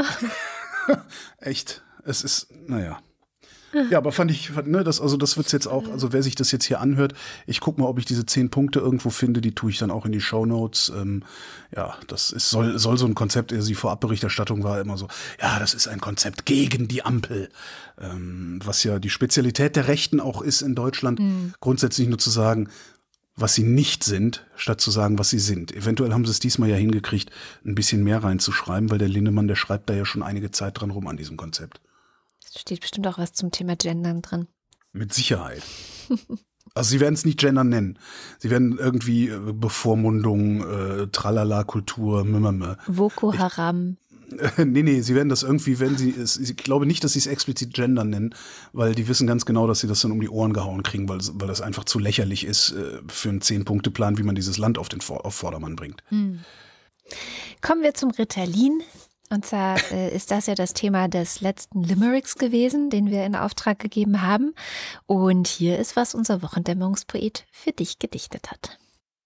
Echt, es ist, naja. Ja, aber fand ich, ne, das, also das wird's jetzt auch, also wer sich das jetzt hier anhört, ich guck mal, ob ich diese zehn Punkte irgendwo finde, die tue ich dann auch in die Shownotes. Ähm, ja, das ist, soll, soll so ein Konzept, also die Vorabberichterstattung war immer so, ja, das ist ein Konzept gegen die Ampel. Ähm, was ja die Spezialität der Rechten auch ist in Deutschland, mhm. grundsätzlich nur zu sagen, was sie nicht sind, statt zu sagen, was sie sind. Eventuell haben sie es diesmal ja hingekriegt, ein bisschen mehr reinzuschreiben, weil der Lindemann, der schreibt da ja schon einige Zeit dran rum an diesem Konzept. Es steht bestimmt auch was zum Thema Gendern drin. Mit Sicherheit. Also sie werden es nicht Gendern nennen. Sie werden irgendwie äh, Bevormundung, äh, Tralala-Kultur, mimame. Boko Haram. Ich, nee, nee, sie werden das irgendwie, wenn sie es, ich glaube nicht, dass sie es explizit Gendern nennen, weil die wissen ganz genau, dass sie das dann um die Ohren gehauen kriegen, weil, weil das einfach zu lächerlich ist äh, für einen Zehn-Punkte-Plan, wie man dieses Land auf den Vor- auf Vordermann bringt. Hm. Kommen wir zum Ritalin. Und zwar äh, ist das ja das Thema des letzten Limericks gewesen, den wir in Auftrag gegeben haben. Und hier ist, was unser Wochendämmerungspoet für dich gedichtet hat.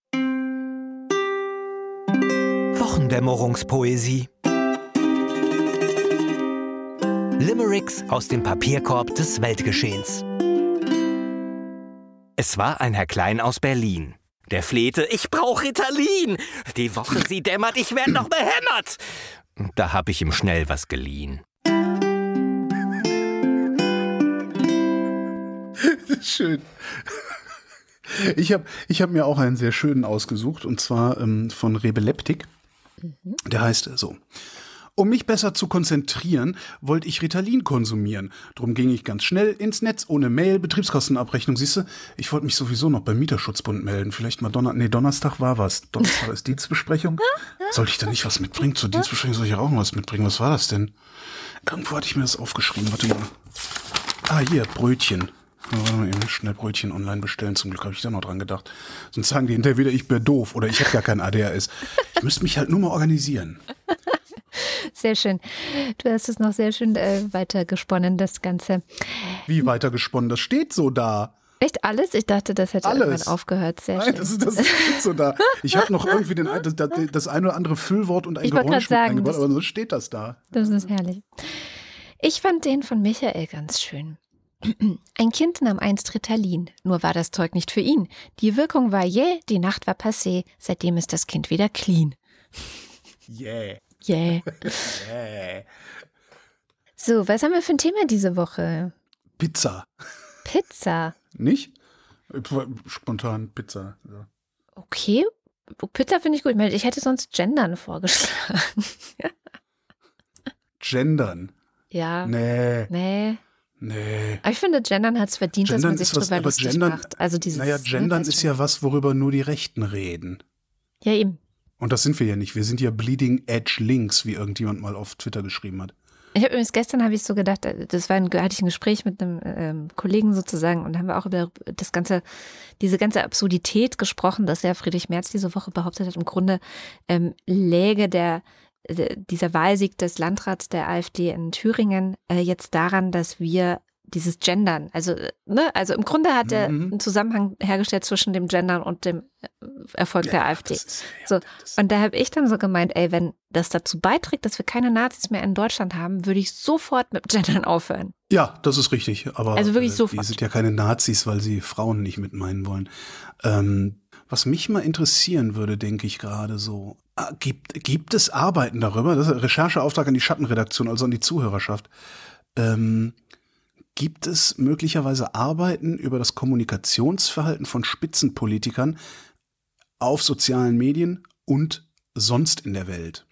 Wochendämmerungspoesie. Limericks aus dem Papierkorb des Weltgeschehens. Es war ein Herr Klein aus Berlin. Der flehte, ich brauch Ritalin. Die Woche, sie dämmert, ich werd noch behämmert. Da hab ich ihm schnell was geliehen. Schön. Ich habe ich hab mir auch einen sehr schönen ausgesucht, und zwar ähm, von Rebeleptik. Mhm. Der heißt so: Um mich besser zu konzentrieren, wollte ich Ritalin konsumieren. Drum ging ich ganz schnell ins Netz, ohne Mail, Betriebskostenabrechnung. Siehst du, ich wollte mich sowieso noch beim Mieterschutzbund melden. Vielleicht mal Donner nee, Donnerstag war was. Donnerstag ist Dienstbesprechung. Sollte ich da nicht was mitbringen? Zur Dienstbesprechung soll ich auch noch was mitbringen. Was war das denn? Irgendwo hatte ich mir das aufgeschrieben. Warte mal. Ah, hier, Brötchen. Warte mal eben schnell Brötchen online bestellen. Zum Glück habe ich da noch dran gedacht. Sonst sagen die hinterher wieder, ich bin doof oder ich habe gar kein A D H S. Ich müsste mich halt nur mal organisieren. Sehr schön. Du hast es noch sehr schön äh, weitergesponnen, das Ganze. Wie weitergesponnen? Das steht so da. Echt alles? Ich dachte, das hätte alles. Irgendwann aufgehört. Sehr Nein, schön. das, ist, das steht so da. Ich habe noch irgendwie den, das, das ein oder andere Füllwort und ein ich Geräusch mit sagen, eingebaut, aber so steht das da. Das ist herrlich. Ich fand den von Michael ganz schön. Ein Kind nahm einst Ritalin, nur war das Zeug nicht für ihn. Die Wirkung war jäh, die Nacht war passé, seitdem ist das Kind wieder clean. Yeah. Yeah. yeah. So, was haben wir für ein Thema diese Woche? Pizza. Pizza. Nicht? Spontan Pizza. Ja. Okay, Pizza finde ich gut. Ich hätte sonst Gendern vorgeschlagen. Gendern? Ja. Nee. Nee. Nee. Aber ich finde, Gendern hat es verdient, Gendern dass man sich was, drüber lustig Gendern, macht. Also dieses, naja, Gendern ne, ist ja was, worüber nur die Rechten reden. Ja, eben. Und das sind wir ja nicht. Wir sind ja Bleeding Edge Links, wie irgendjemand mal auf Twitter geschrieben hat. Ich habe übrigens gestern habe ich so gedacht, das war ein, hatte ich ein Gespräch mit einem ähm, Kollegen sozusagen und haben wir auch über das ganze, diese ganze Absurdität gesprochen, dass ja Friedrich Merz diese Woche behauptet hat, im Grunde ähm, läge der dieser Wahlsieg des Landrats der AfD in Thüringen äh, jetzt daran, dass wir dieses Gendern, also ne, also im Grunde hat er mhm. einen Zusammenhang hergestellt zwischen dem Gendern und dem Erfolg ja, der AfD. Ist, ja, so und da habe ich dann so gemeint, ey, wenn das dazu beiträgt, dass wir keine Nazis mehr in Deutschland haben, würde ich sofort mit Gendern aufhören. Ja, das ist richtig, aber also wirklich äh, sofort. Die sind ja keine Nazis, weil sie Frauen nicht mit meinen wollen. Ähm, was mich mal interessieren würde, denke ich gerade so, ah, gibt, gibt es Arbeiten darüber, das ist ein Rechercheauftrag an die Schattenredaktion, also an die Zuhörerschaft, ähm, gibt es möglicherweise Arbeiten über das Kommunikationsverhalten von Spitzenpolitikern auf sozialen Medien und sonst in der Welt?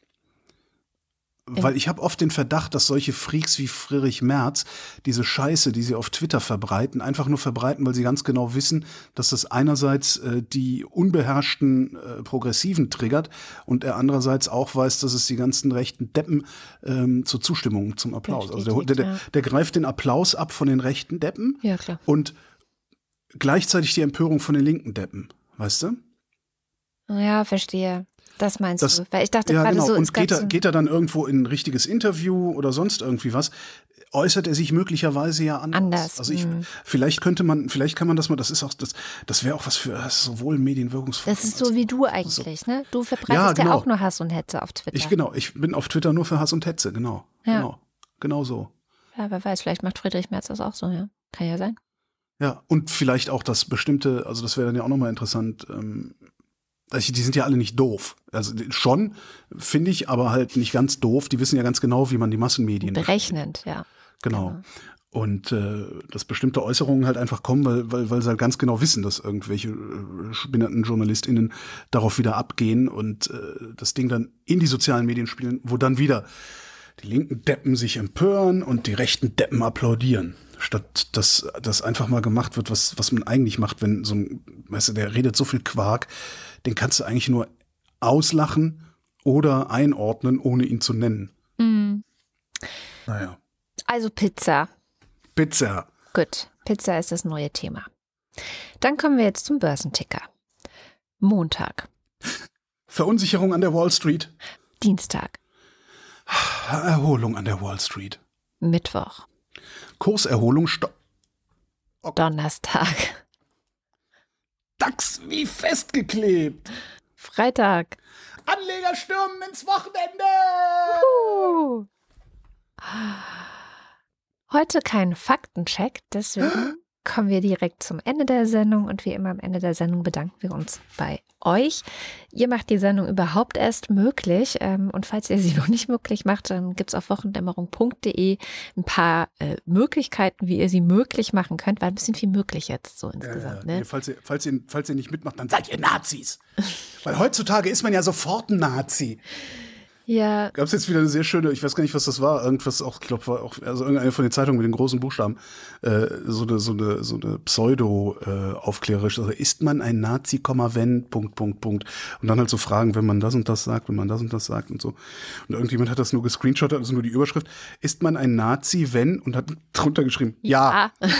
Weil ich habe oft den Verdacht, dass solche Freaks wie Friedrich Merz diese Scheiße, die sie auf Twitter verbreiten, einfach nur verbreiten, weil sie ganz genau wissen, dass das einerseits äh, die unbeherrschten äh, Progressiven triggert und er andererseits auch weiß, dass es die ganzen rechten Deppen ähm, zur Zustimmung zum Applaus. Also der, der, der, der greift den Applaus ab von den rechten Deppen ja, klar. Und gleichzeitig die Empörung von den linken Deppen, weißt du? Ja, verstehe. Das meinst das, du? Weil ich dachte ja, gerade genau. so. Und geht er, geht er dann irgendwo in ein richtiges Interview oder sonst irgendwie was, äußert er sich möglicherweise ja anders. Anders. Also ich, hm. vielleicht könnte man, vielleicht kann man das mal, das ist auch, das, das wäre auch was für, das ist sowohl medienwirkungsvoll. Das ist so wie du eigentlich, so. Ne? Du verbreitest ja, genau. ja auch nur Hass und Hetze auf Twitter. Ich, genau, ich bin auf Twitter nur für Hass und Hetze, genau. Ja. Genau, genau so. Ja, wer weiß, vielleicht macht Friedrich Merz das auch so, ja. Kann ja sein. Ja, und vielleicht auch das bestimmte, also das wäre dann ja auch nochmal interessant, ähm, die sind ja alle nicht doof. Also schon, finde ich, aber halt nicht ganz doof. Die wissen ja ganz genau, wie man die Massenmedien berechnend, ja. Genau. genau. Und äh, dass bestimmte Äußerungen halt einfach kommen, weil, weil, weil sie halt ganz genau wissen, dass irgendwelche äh, spinnerten JournalistInnen darauf wieder abgehen und äh, das Ding dann in die sozialen Medien spielen, wo dann wieder die linken Deppen sich empören und die rechten Deppen applaudieren. Statt dass das einfach mal gemacht wird, was, was man eigentlich macht, wenn so ein, weißt du, der redet so viel Quark, den kannst du eigentlich nur auslachen oder einordnen, ohne ihn zu nennen. Mhm. Naja. Also Pizza. Pizza. Gut, Pizza ist das neue Thema. Dann kommen wir jetzt zum Börsenticker. Montag. Verunsicherung an der Wall Street. Dienstag. Erholung an der Wall Street. Mittwoch. Kurserholung. Sto- oh. Donnerstag. DAX wie festgeklebt. Freitag. Anleger stürmen ins Wochenende. Uh. Heute kein Faktencheck, deswegen kommen wir direkt zum Ende der Sendung und wie immer am Ende der Sendung bedanken wir uns bei euch. Ihr macht die Sendung überhaupt erst möglich und falls ihr sie noch nicht möglich macht, dann gibt es auf wochendämmerung punkt de ein paar äh, Möglichkeiten, wie ihr sie möglich machen könnt. War ein bisschen viel möglich jetzt so insgesamt. Äh, ne? falls, ihr, falls, ihr, falls ihr nicht mitmacht, dann seid ihr Nazis. Weil heutzutage ist man ja sofort ein Nazi. Ja. Gab es jetzt wieder eine sehr schöne, ich weiß gar nicht, was das war, irgendwas auch, ich glaube, war auch, also irgendeine von den Zeitungen mit den großen Buchstaben, äh, so eine, so eine, so eine Pseudo-aufklärisch, äh, also ist man ein Nazi, wenn, Punkt, Punkt, Punkt. Und dann halt so Fragen, wenn man das und das sagt, wenn man das und das sagt und so. Und irgendjemand hat das nur gescreenshottet, also nur die Überschrift, ist man ein Nazi, wenn, und hat drunter geschrieben, ja. ja.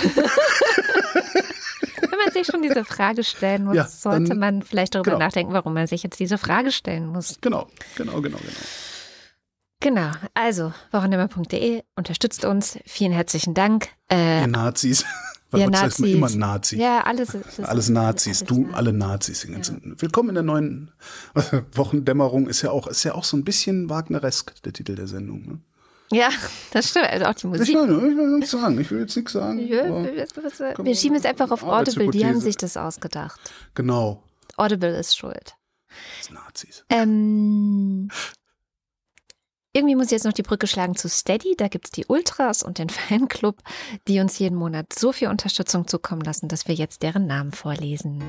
Wenn man sich schon diese Frage stellen muss, ja, sollte dann, man vielleicht darüber genau. nachdenken, warum man sich jetzt diese Frage stellen muss. Genau, genau, genau, genau. Genau, also wochendämmer punkt de unterstützt uns. Vielen herzlichen Dank. Äh, Ihr Nazis. Weil wir uns Nazis. heißt man immer Nazi. Ja, alles. Alles Nazis, alles du, Nazis. alle Nazis. Ja. Willkommen in der neuen Wochendämmerung. Ist ja auch, ist ja auch so ein bisschen Wagneresk, der Titel der Sendung. Ne? Ja, das stimmt. Also auch die Musik. Ich will, ich will nichts sagen. Ich will jetzt nichts sagen. Ja, wir, wir schieben es einfach auf Audible. Die haben sich das ausgedacht. Genau. Audible ist schuld. Das Nazis. Ähm, irgendwie muss ich jetzt noch die Brücke schlagen zu Steady. Da gibt es die Ultras und den Fanclub, die uns jeden Monat so viel Unterstützung zukommen lassen, dass wir jetzt deren Namen vorlesen.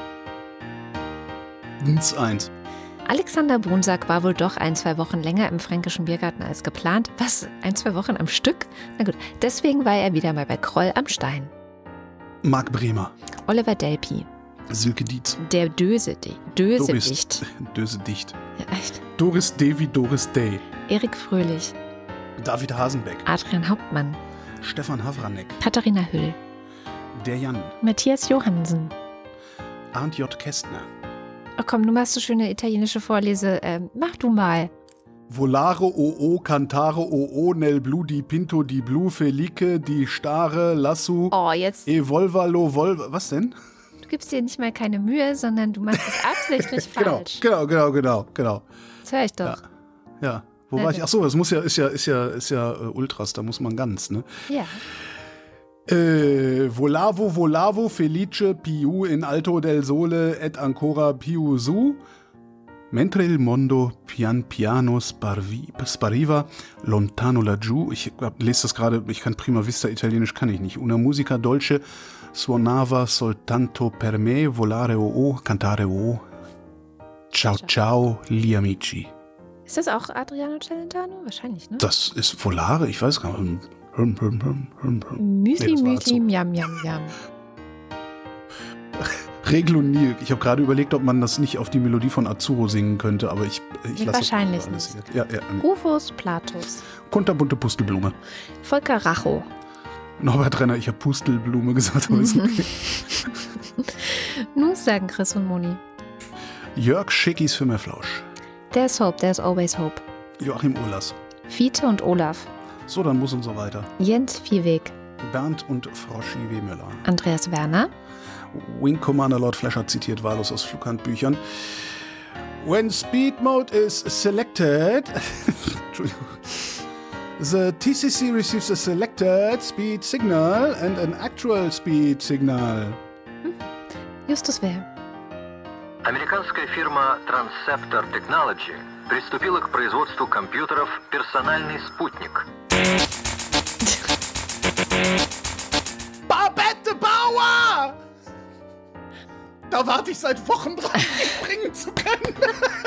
eins. Alexander Brunsack war wohl doch ein, zwei Wochen länger im Fränkischen Biergarten als geplant. Was? Ein, zwei Wochen am Stück? Na gut, deswegen war er wieder mal bei Kroll am Stein. Marc Bremer. Oliver Delpi. Silke Dietz. Der Döse, Döse Doris, Dicht. Döse Dicht. Ja, echt. Doris Devi Doris Day. Erik Fröhlich. David Hasenbeck. Adrian Hauptmann. Stefan Havranek. Katharina Hüll. Der Jan. Matthias Johansen. Arndt J. Kästner. Oh komm, du machst so schöne italienische Vorlese. Ähm, mach du mal. Volare o o cantare o o nel blu di pinto di blu felice di stare lassu Oh, jetzt. evolvalo volva. Was denn? Du gibst dir nicht mal keine Mühe, sondern du machst es absichtlich Genau, falsch. genau, genau, genau, genau. Das höre ich doch. Ja. Ja. Wo Na war ich? gut. Ach so, das muss ja, ist ja, ist ja, ist ja äh, Ultras, da muss man ganz, ne? Ja. Äh, volavo, volavo, felice, più in alto del sole et ancora più su. Mentre il mondo pian piano sparvi, spariva lontano laggiù. Ich hab, lese das gerade, ich kann prima vista italienisch, kann ich nicht. Una musica dolce suonava soltanto per me, volare o o, cantare o. Ciao, ciao, gli amici. Ist das auch Adriano Celentano? Wahrscheinlich, ne? Das ist Volare, ich weiß gar nicht. Hum, hum, hum, hum, hum. Müsli, Nee, das war Müsli, so. Miam, Miam, Miam. Reglo Nil. Ich habe gerade überlegt, ob man das nicht auf die Melodie von Azzurro singen könnte, aber ich, ich lasse Wahrscheinlich das alles nicht. hier. Ja, ja. Rufus Platus. Kunterbunte Pustelblume. Volker Racho. Norbert Renner, ich habe Pustelblume gesagt, aber ist okay. Nun sagen Chris und Moni. Jörg Schickis für mehr Flausch. There's hope, there's always hope. Joachim Urlas. Fiete und Olaf. So, dann muss und so weiter. Jens Viehweg. Bernd und Froschi W. Müller. Andreas Werner. Wing Commander Lord Flasher zitiert wahllos aus Flughandbüchern. When speed mode is selected, Entschuldigung. The T C C receives a selected speed signal and an actual speed signal. Justus Wehr. Американская фирма Transceptor Technology приступила к производству компьютеров «Персональный спутник». Babette Bauer! Da warte ich seit Wochen drauf, ihn bringen zu können.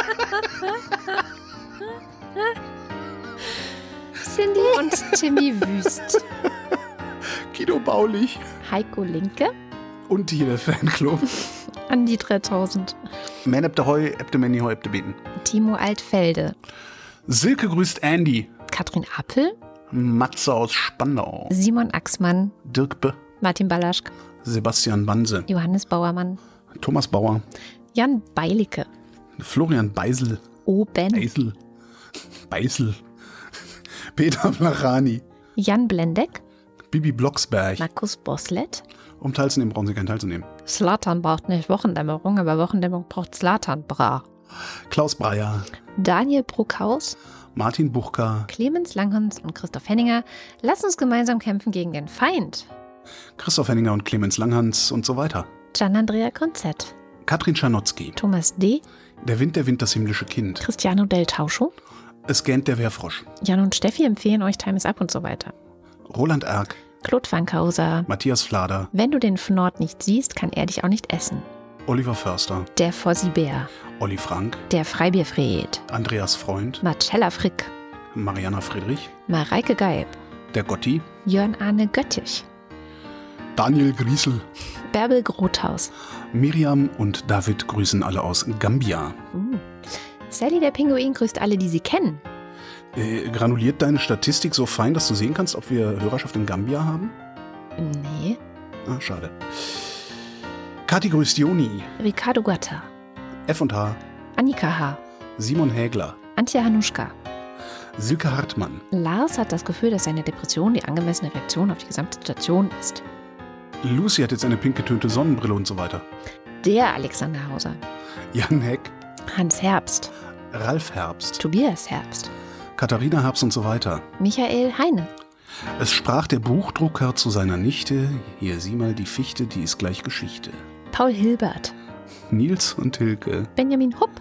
Cindy und Timmy Wüst. Guido Baulich. Heiko Linke. Und hier der Fanclub. Andi dreitausend. Man ebte Heu, ebte Manny Heu, ebte Beten. Timo Altfelde. Silke grüßt Andy. Katrin Appel. Matze aus Spandau. Simon Axmann. Dirk B. Martin Balaschk. Sebastian Banse. Johannes Bauermann. Thomas Bauer. Jan Beilicke. Florian Beisel. Oben. Beisel. Beisel. Peter Blachani. Jan Blendeck. Bibi Blocksberg. Markus Boslett. Um teilzunehmen, brauchen Sie keinen teilzunehmen. Zlatan braucht nicht Wochendämmerung, aber Wochendämmerung braucht Zlatan Bra. Klaus Breyer. Daniel Bruckhaus. Martin Buchka. Clemens Langhans und Christoph Henninger. Lass uns gemeinsam kämpfen gegen den Feind. Christoph Henninger und Clemens Langhans und so weiter. Gian-Andrea Konzett. Katrin Czarnotzki. Thomas D. Der Wind, der Wind, das himmlische Kind. Cristiano Del Tauscho. Es gähnt der Wehrfrosch. Jan und Steffi empfehlen euch Time is Up und so weiter. Roland Erck. Claude Fankhauser. Matthias Flader. Wenn du den Fnord nicht siehst, kann er dich auch nicht essen. Oliver Förster. Der Fossi-Bär. Olli Frank. Der Freibierfried. Andreas Freund. Marcella Frick. Mariana Friedrich. Mareike Geib. Der Gotti. Jörn Arne Göttich. Daniel Griesel. Bärbel Grothaus. Miriam und David grüßen alle aus Gambia. Uh. Sally der Pinguin grüßt alle, die sie kennen. Äh, granuliert deine Statistik so fein, dass du sehen kannst, ob wir Hörerschaft in Gambia haben? Nee. Ah, schade. Kathi grüßt Joni. Ricardo Gatta. F und H. Annika H. Simon Hägler. Antje Hanuschka. Silke Hartmann. Lars hat das Gefühl, dass seine Depression die angemessene Reaktion auf die gesamte Situation ist. Lucy hat jetzt eine pink getönte Sonnenbrille und so weiter. Der Alexander Hauser. Jan Heck. Hans Herbst. Ralf Herbst. Tobias Herbst. Katharina Herbst und so weiter. Michael Heine. Es sprach der Buchdrucker zu seiner Nichte, hier sieh mal die Fichte, die ist gleich Geschichte. Paul Hilbert. Nils und Hilke. Benjamin Hupp.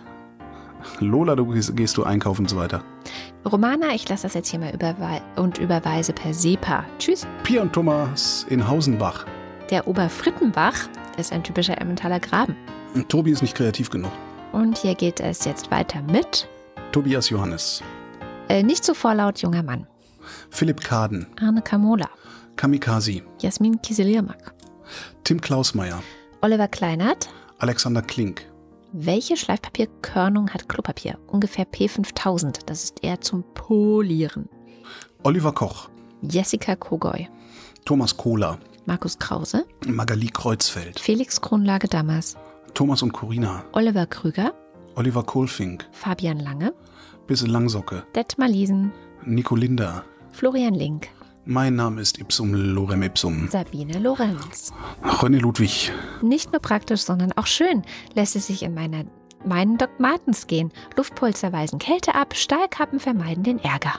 Lola, du gehst, gehst du einkaufen und so weiter. Romana, ich lasse das jetzt hier mal überwe- und überweise per SEPA. Tschüss. Pia und Thomas in Hausenbach. Der Oberfrittenbach ist ein typischer Emmentaler Graben. Und Tobi ist nicht kreativ genug. Und hier geht es jetzt weiter mit Tobias Johannes. äh, nicht so vorlaut, junger Mann. Philipp Kaden. Arne Kamola. Kamikaze. Jasmin Kieseliermack. Tim Klausmeier. Oliver Kleinert. Alexander Klink. Welche Schleifpapierkörnung hat Klopapier? Ungefähr P fünftausend. Das ist eher zum Polieren. Oliver Koch. Jessica Kogoy. Thomas Kohler. Markus Krause. Magali Kreuzfeld. Felix Kronlage Dammers. Thomas und Corina. Oliver Krüger. Oliver Kohlfink. Fabian Lange. Bisse Langsocke. Detmar Liesen. Nico Linder. Florian Link. Mein Name ist Ipsum Lorem Ipsum. Sabine Lorenz. René Ludwig. Nicht nur praktisch, sondern auch schön lässt es sich in meiner, meinen Doc Martens gehen. Luftpolster weisen Kälte ab, Stahlkappen vermeiden den Ärger.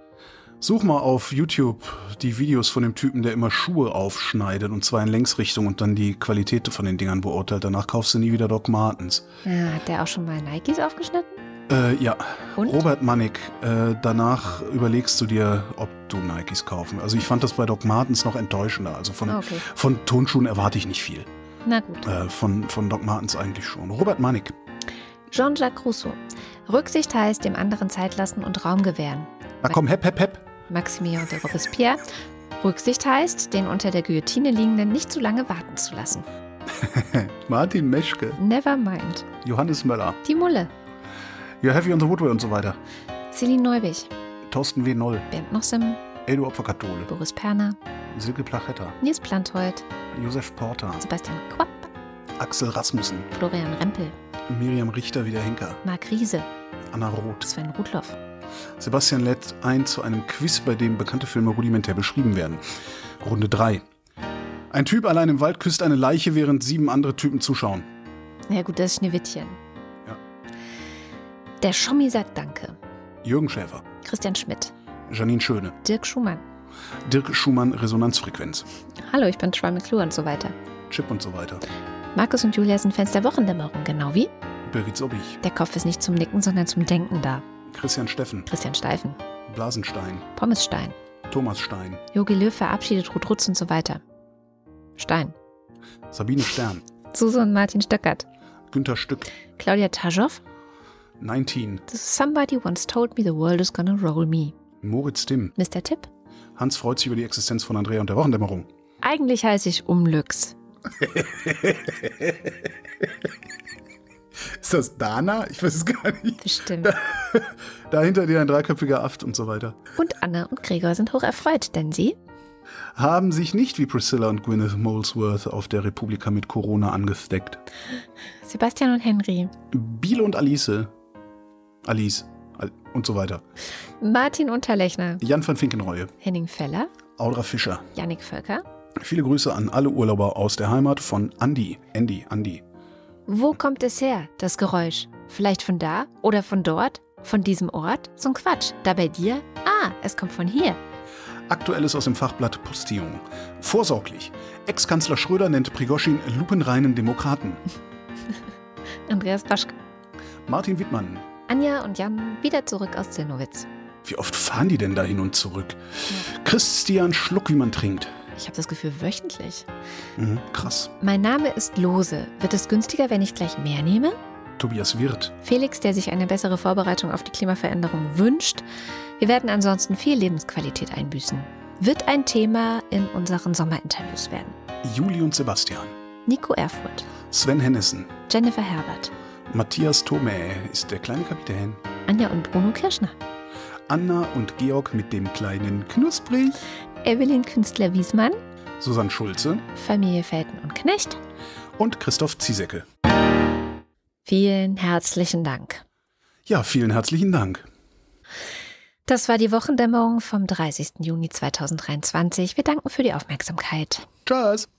Such mal auf YouTube die Videos von dem Typen, der immer Schuhe aufschneidet, und zwar in Längsrichtung und dann die Qualität von den Dingern beurteilt. Danach kaufst du nie wieder Doc Martens. Ja, hat der auch schon mal Nikes aufgeschnitten? Äh, ja. Und? Robert Mannig, äh, danach überlegst du dir, ob du Nikes kaufen. Also ich fand das bei Doc Martens noch enttäuschender. Also von, Ah, okay. von Turnschuhen erwarte ich nicht viel. Na gut. Äh, von, von Doc Martens eigentlich schon. Robert Mannig. Jean-Jacques Rousseau. Rücksicht heißt dem anderen Zeit lassen und Raum gewähren. Na komm, hepp, hepp, hepp. Maximilien de Robespierre. Rücksicht heißt, den unter der Guillotine liegenden nicht zu lange warten zu lassen. Martin Meschke. Never mind. Johannes Möller. Die Mulle. You're Heavy on the Woodway und so weiter. Celine Neubich. Thorsten W. Noll. Bernd Nossem. Edu Opferkathole. Boris Perner. Silke Plachetta. Nils Planthold. Josef Porter. Sebastian Quapp. Axel Rasmussen. Florian Rempel. Miriam Richter wie der Henker. Marc Riese. Anna Roth. Sven Rudloff. Sebastian lädt ein zu einem Quiz, bei dem bekannte Filme rudimentär beschrieben werden. Runde drei. Ein Typ allein im Wald küsst eine Leiche, während sieben andere Typen zuschauen. Ja gut, das ist Schneewittchen. Ja. Der Schommi sagt Danke. Jürgen Schäfer. Christian Schmidt. Janine Schöne. Dirk Schumann. Dirk Schumann, Resonanzfrequenz. Hallo, ich bin Troy McClure und so weiter. Chip und so weiter. Markus und Julia sind Fans der Wochendämmerung, genau wie? Berit Sobich. Der Kopf ist nicht zum Nicken, sondern zum Denken da. Christian Steffen. Christian Steifen. Blasenstein. Pommesstein. Thomas Stein. Jogi Löw verabschiedet Ruth Rutz und so weiter. Stein. Sabine Stern. Susan und Martin Stöckert. Günter Stück. Claudia Taschow. neunzehn. Somebody once told me the world is gonna roll me. Moritz Timm. Mister Tipp. Hans freut sich über die Existenz von Andrea und der Wochendämmerung. Eigentlich heiße ich Umlüx. Ist das Dana? Ich weiß es gar nicht. Bestimmt. Da, dahinter dir ein dreiköpfiger Aft und so weiter. Und Anna und Gregor sind hoch erfreut, denn sie haben sich nicht wie Priscilla und Gwyneth Molesworth auf der Republika mit Corona angesteckt. Sebastian und Henry. Biele und Alice. Alice. Und so weiter. Martin Unterlechner. Jan van Finkenreue. Henning Feller. Audra Fischer. Jannik Völker. Viele Grüße an alle Urlauber aus der Heimat von Andi. Andy, Andi. Wo kommt es her, das Geräusch? Vielleicht von da oder von dort? Von diesem Ort? So ein Quatsch. Da bei dir? Ah, es kommt von hier. Aktuelles aus dem Fachblatt Postillon. Vorsorglich. Ex-Kanzler Schröder nennt Prigoschin lupenreinen Demokraten. Andreas Baschke. Martin Wittmann. Anja und Jan wieder zurück aus Zillnowitz. Wie oft fahren die denn da hin und zurück? Ja. Christian Schluck, wie man trinkt. Ich habe das Gefühl, wöchentlich. Mhm, krass. Mein Name ist Lose. Wird es günstiger, wenn ich gleich mehr nehme? Tobias Wirth. Felix, der sich eine bessere Vorbereitung auf die Klimaveränderung wünscht. Wir werden ansonsten viel Lebensqualität einbüßen. Wird ein Thema in unseren Sommerinterviews werden. Juli und Sebastian. Nico Erfurt. Sven Hennissen. Jennifer Herbert. Matthias Thome ist der kleine Kapitän. Anja und Bruno Kirschner. Anna und Georg mit dem kleinen Knusprig. Evelyn Künstler-Wiesmann. Susanne Schulze. Familie Felten und Knecht. Und Christoph Ziesecke. Vielen herzlichen Dank. Ja, vielen herzlichen Dank. Das war die Wochendämmerung vom dreißigsten Juni zweitausenddreiundzwanzig. Wir danken für die Aufmerksamkeit. Tschüss.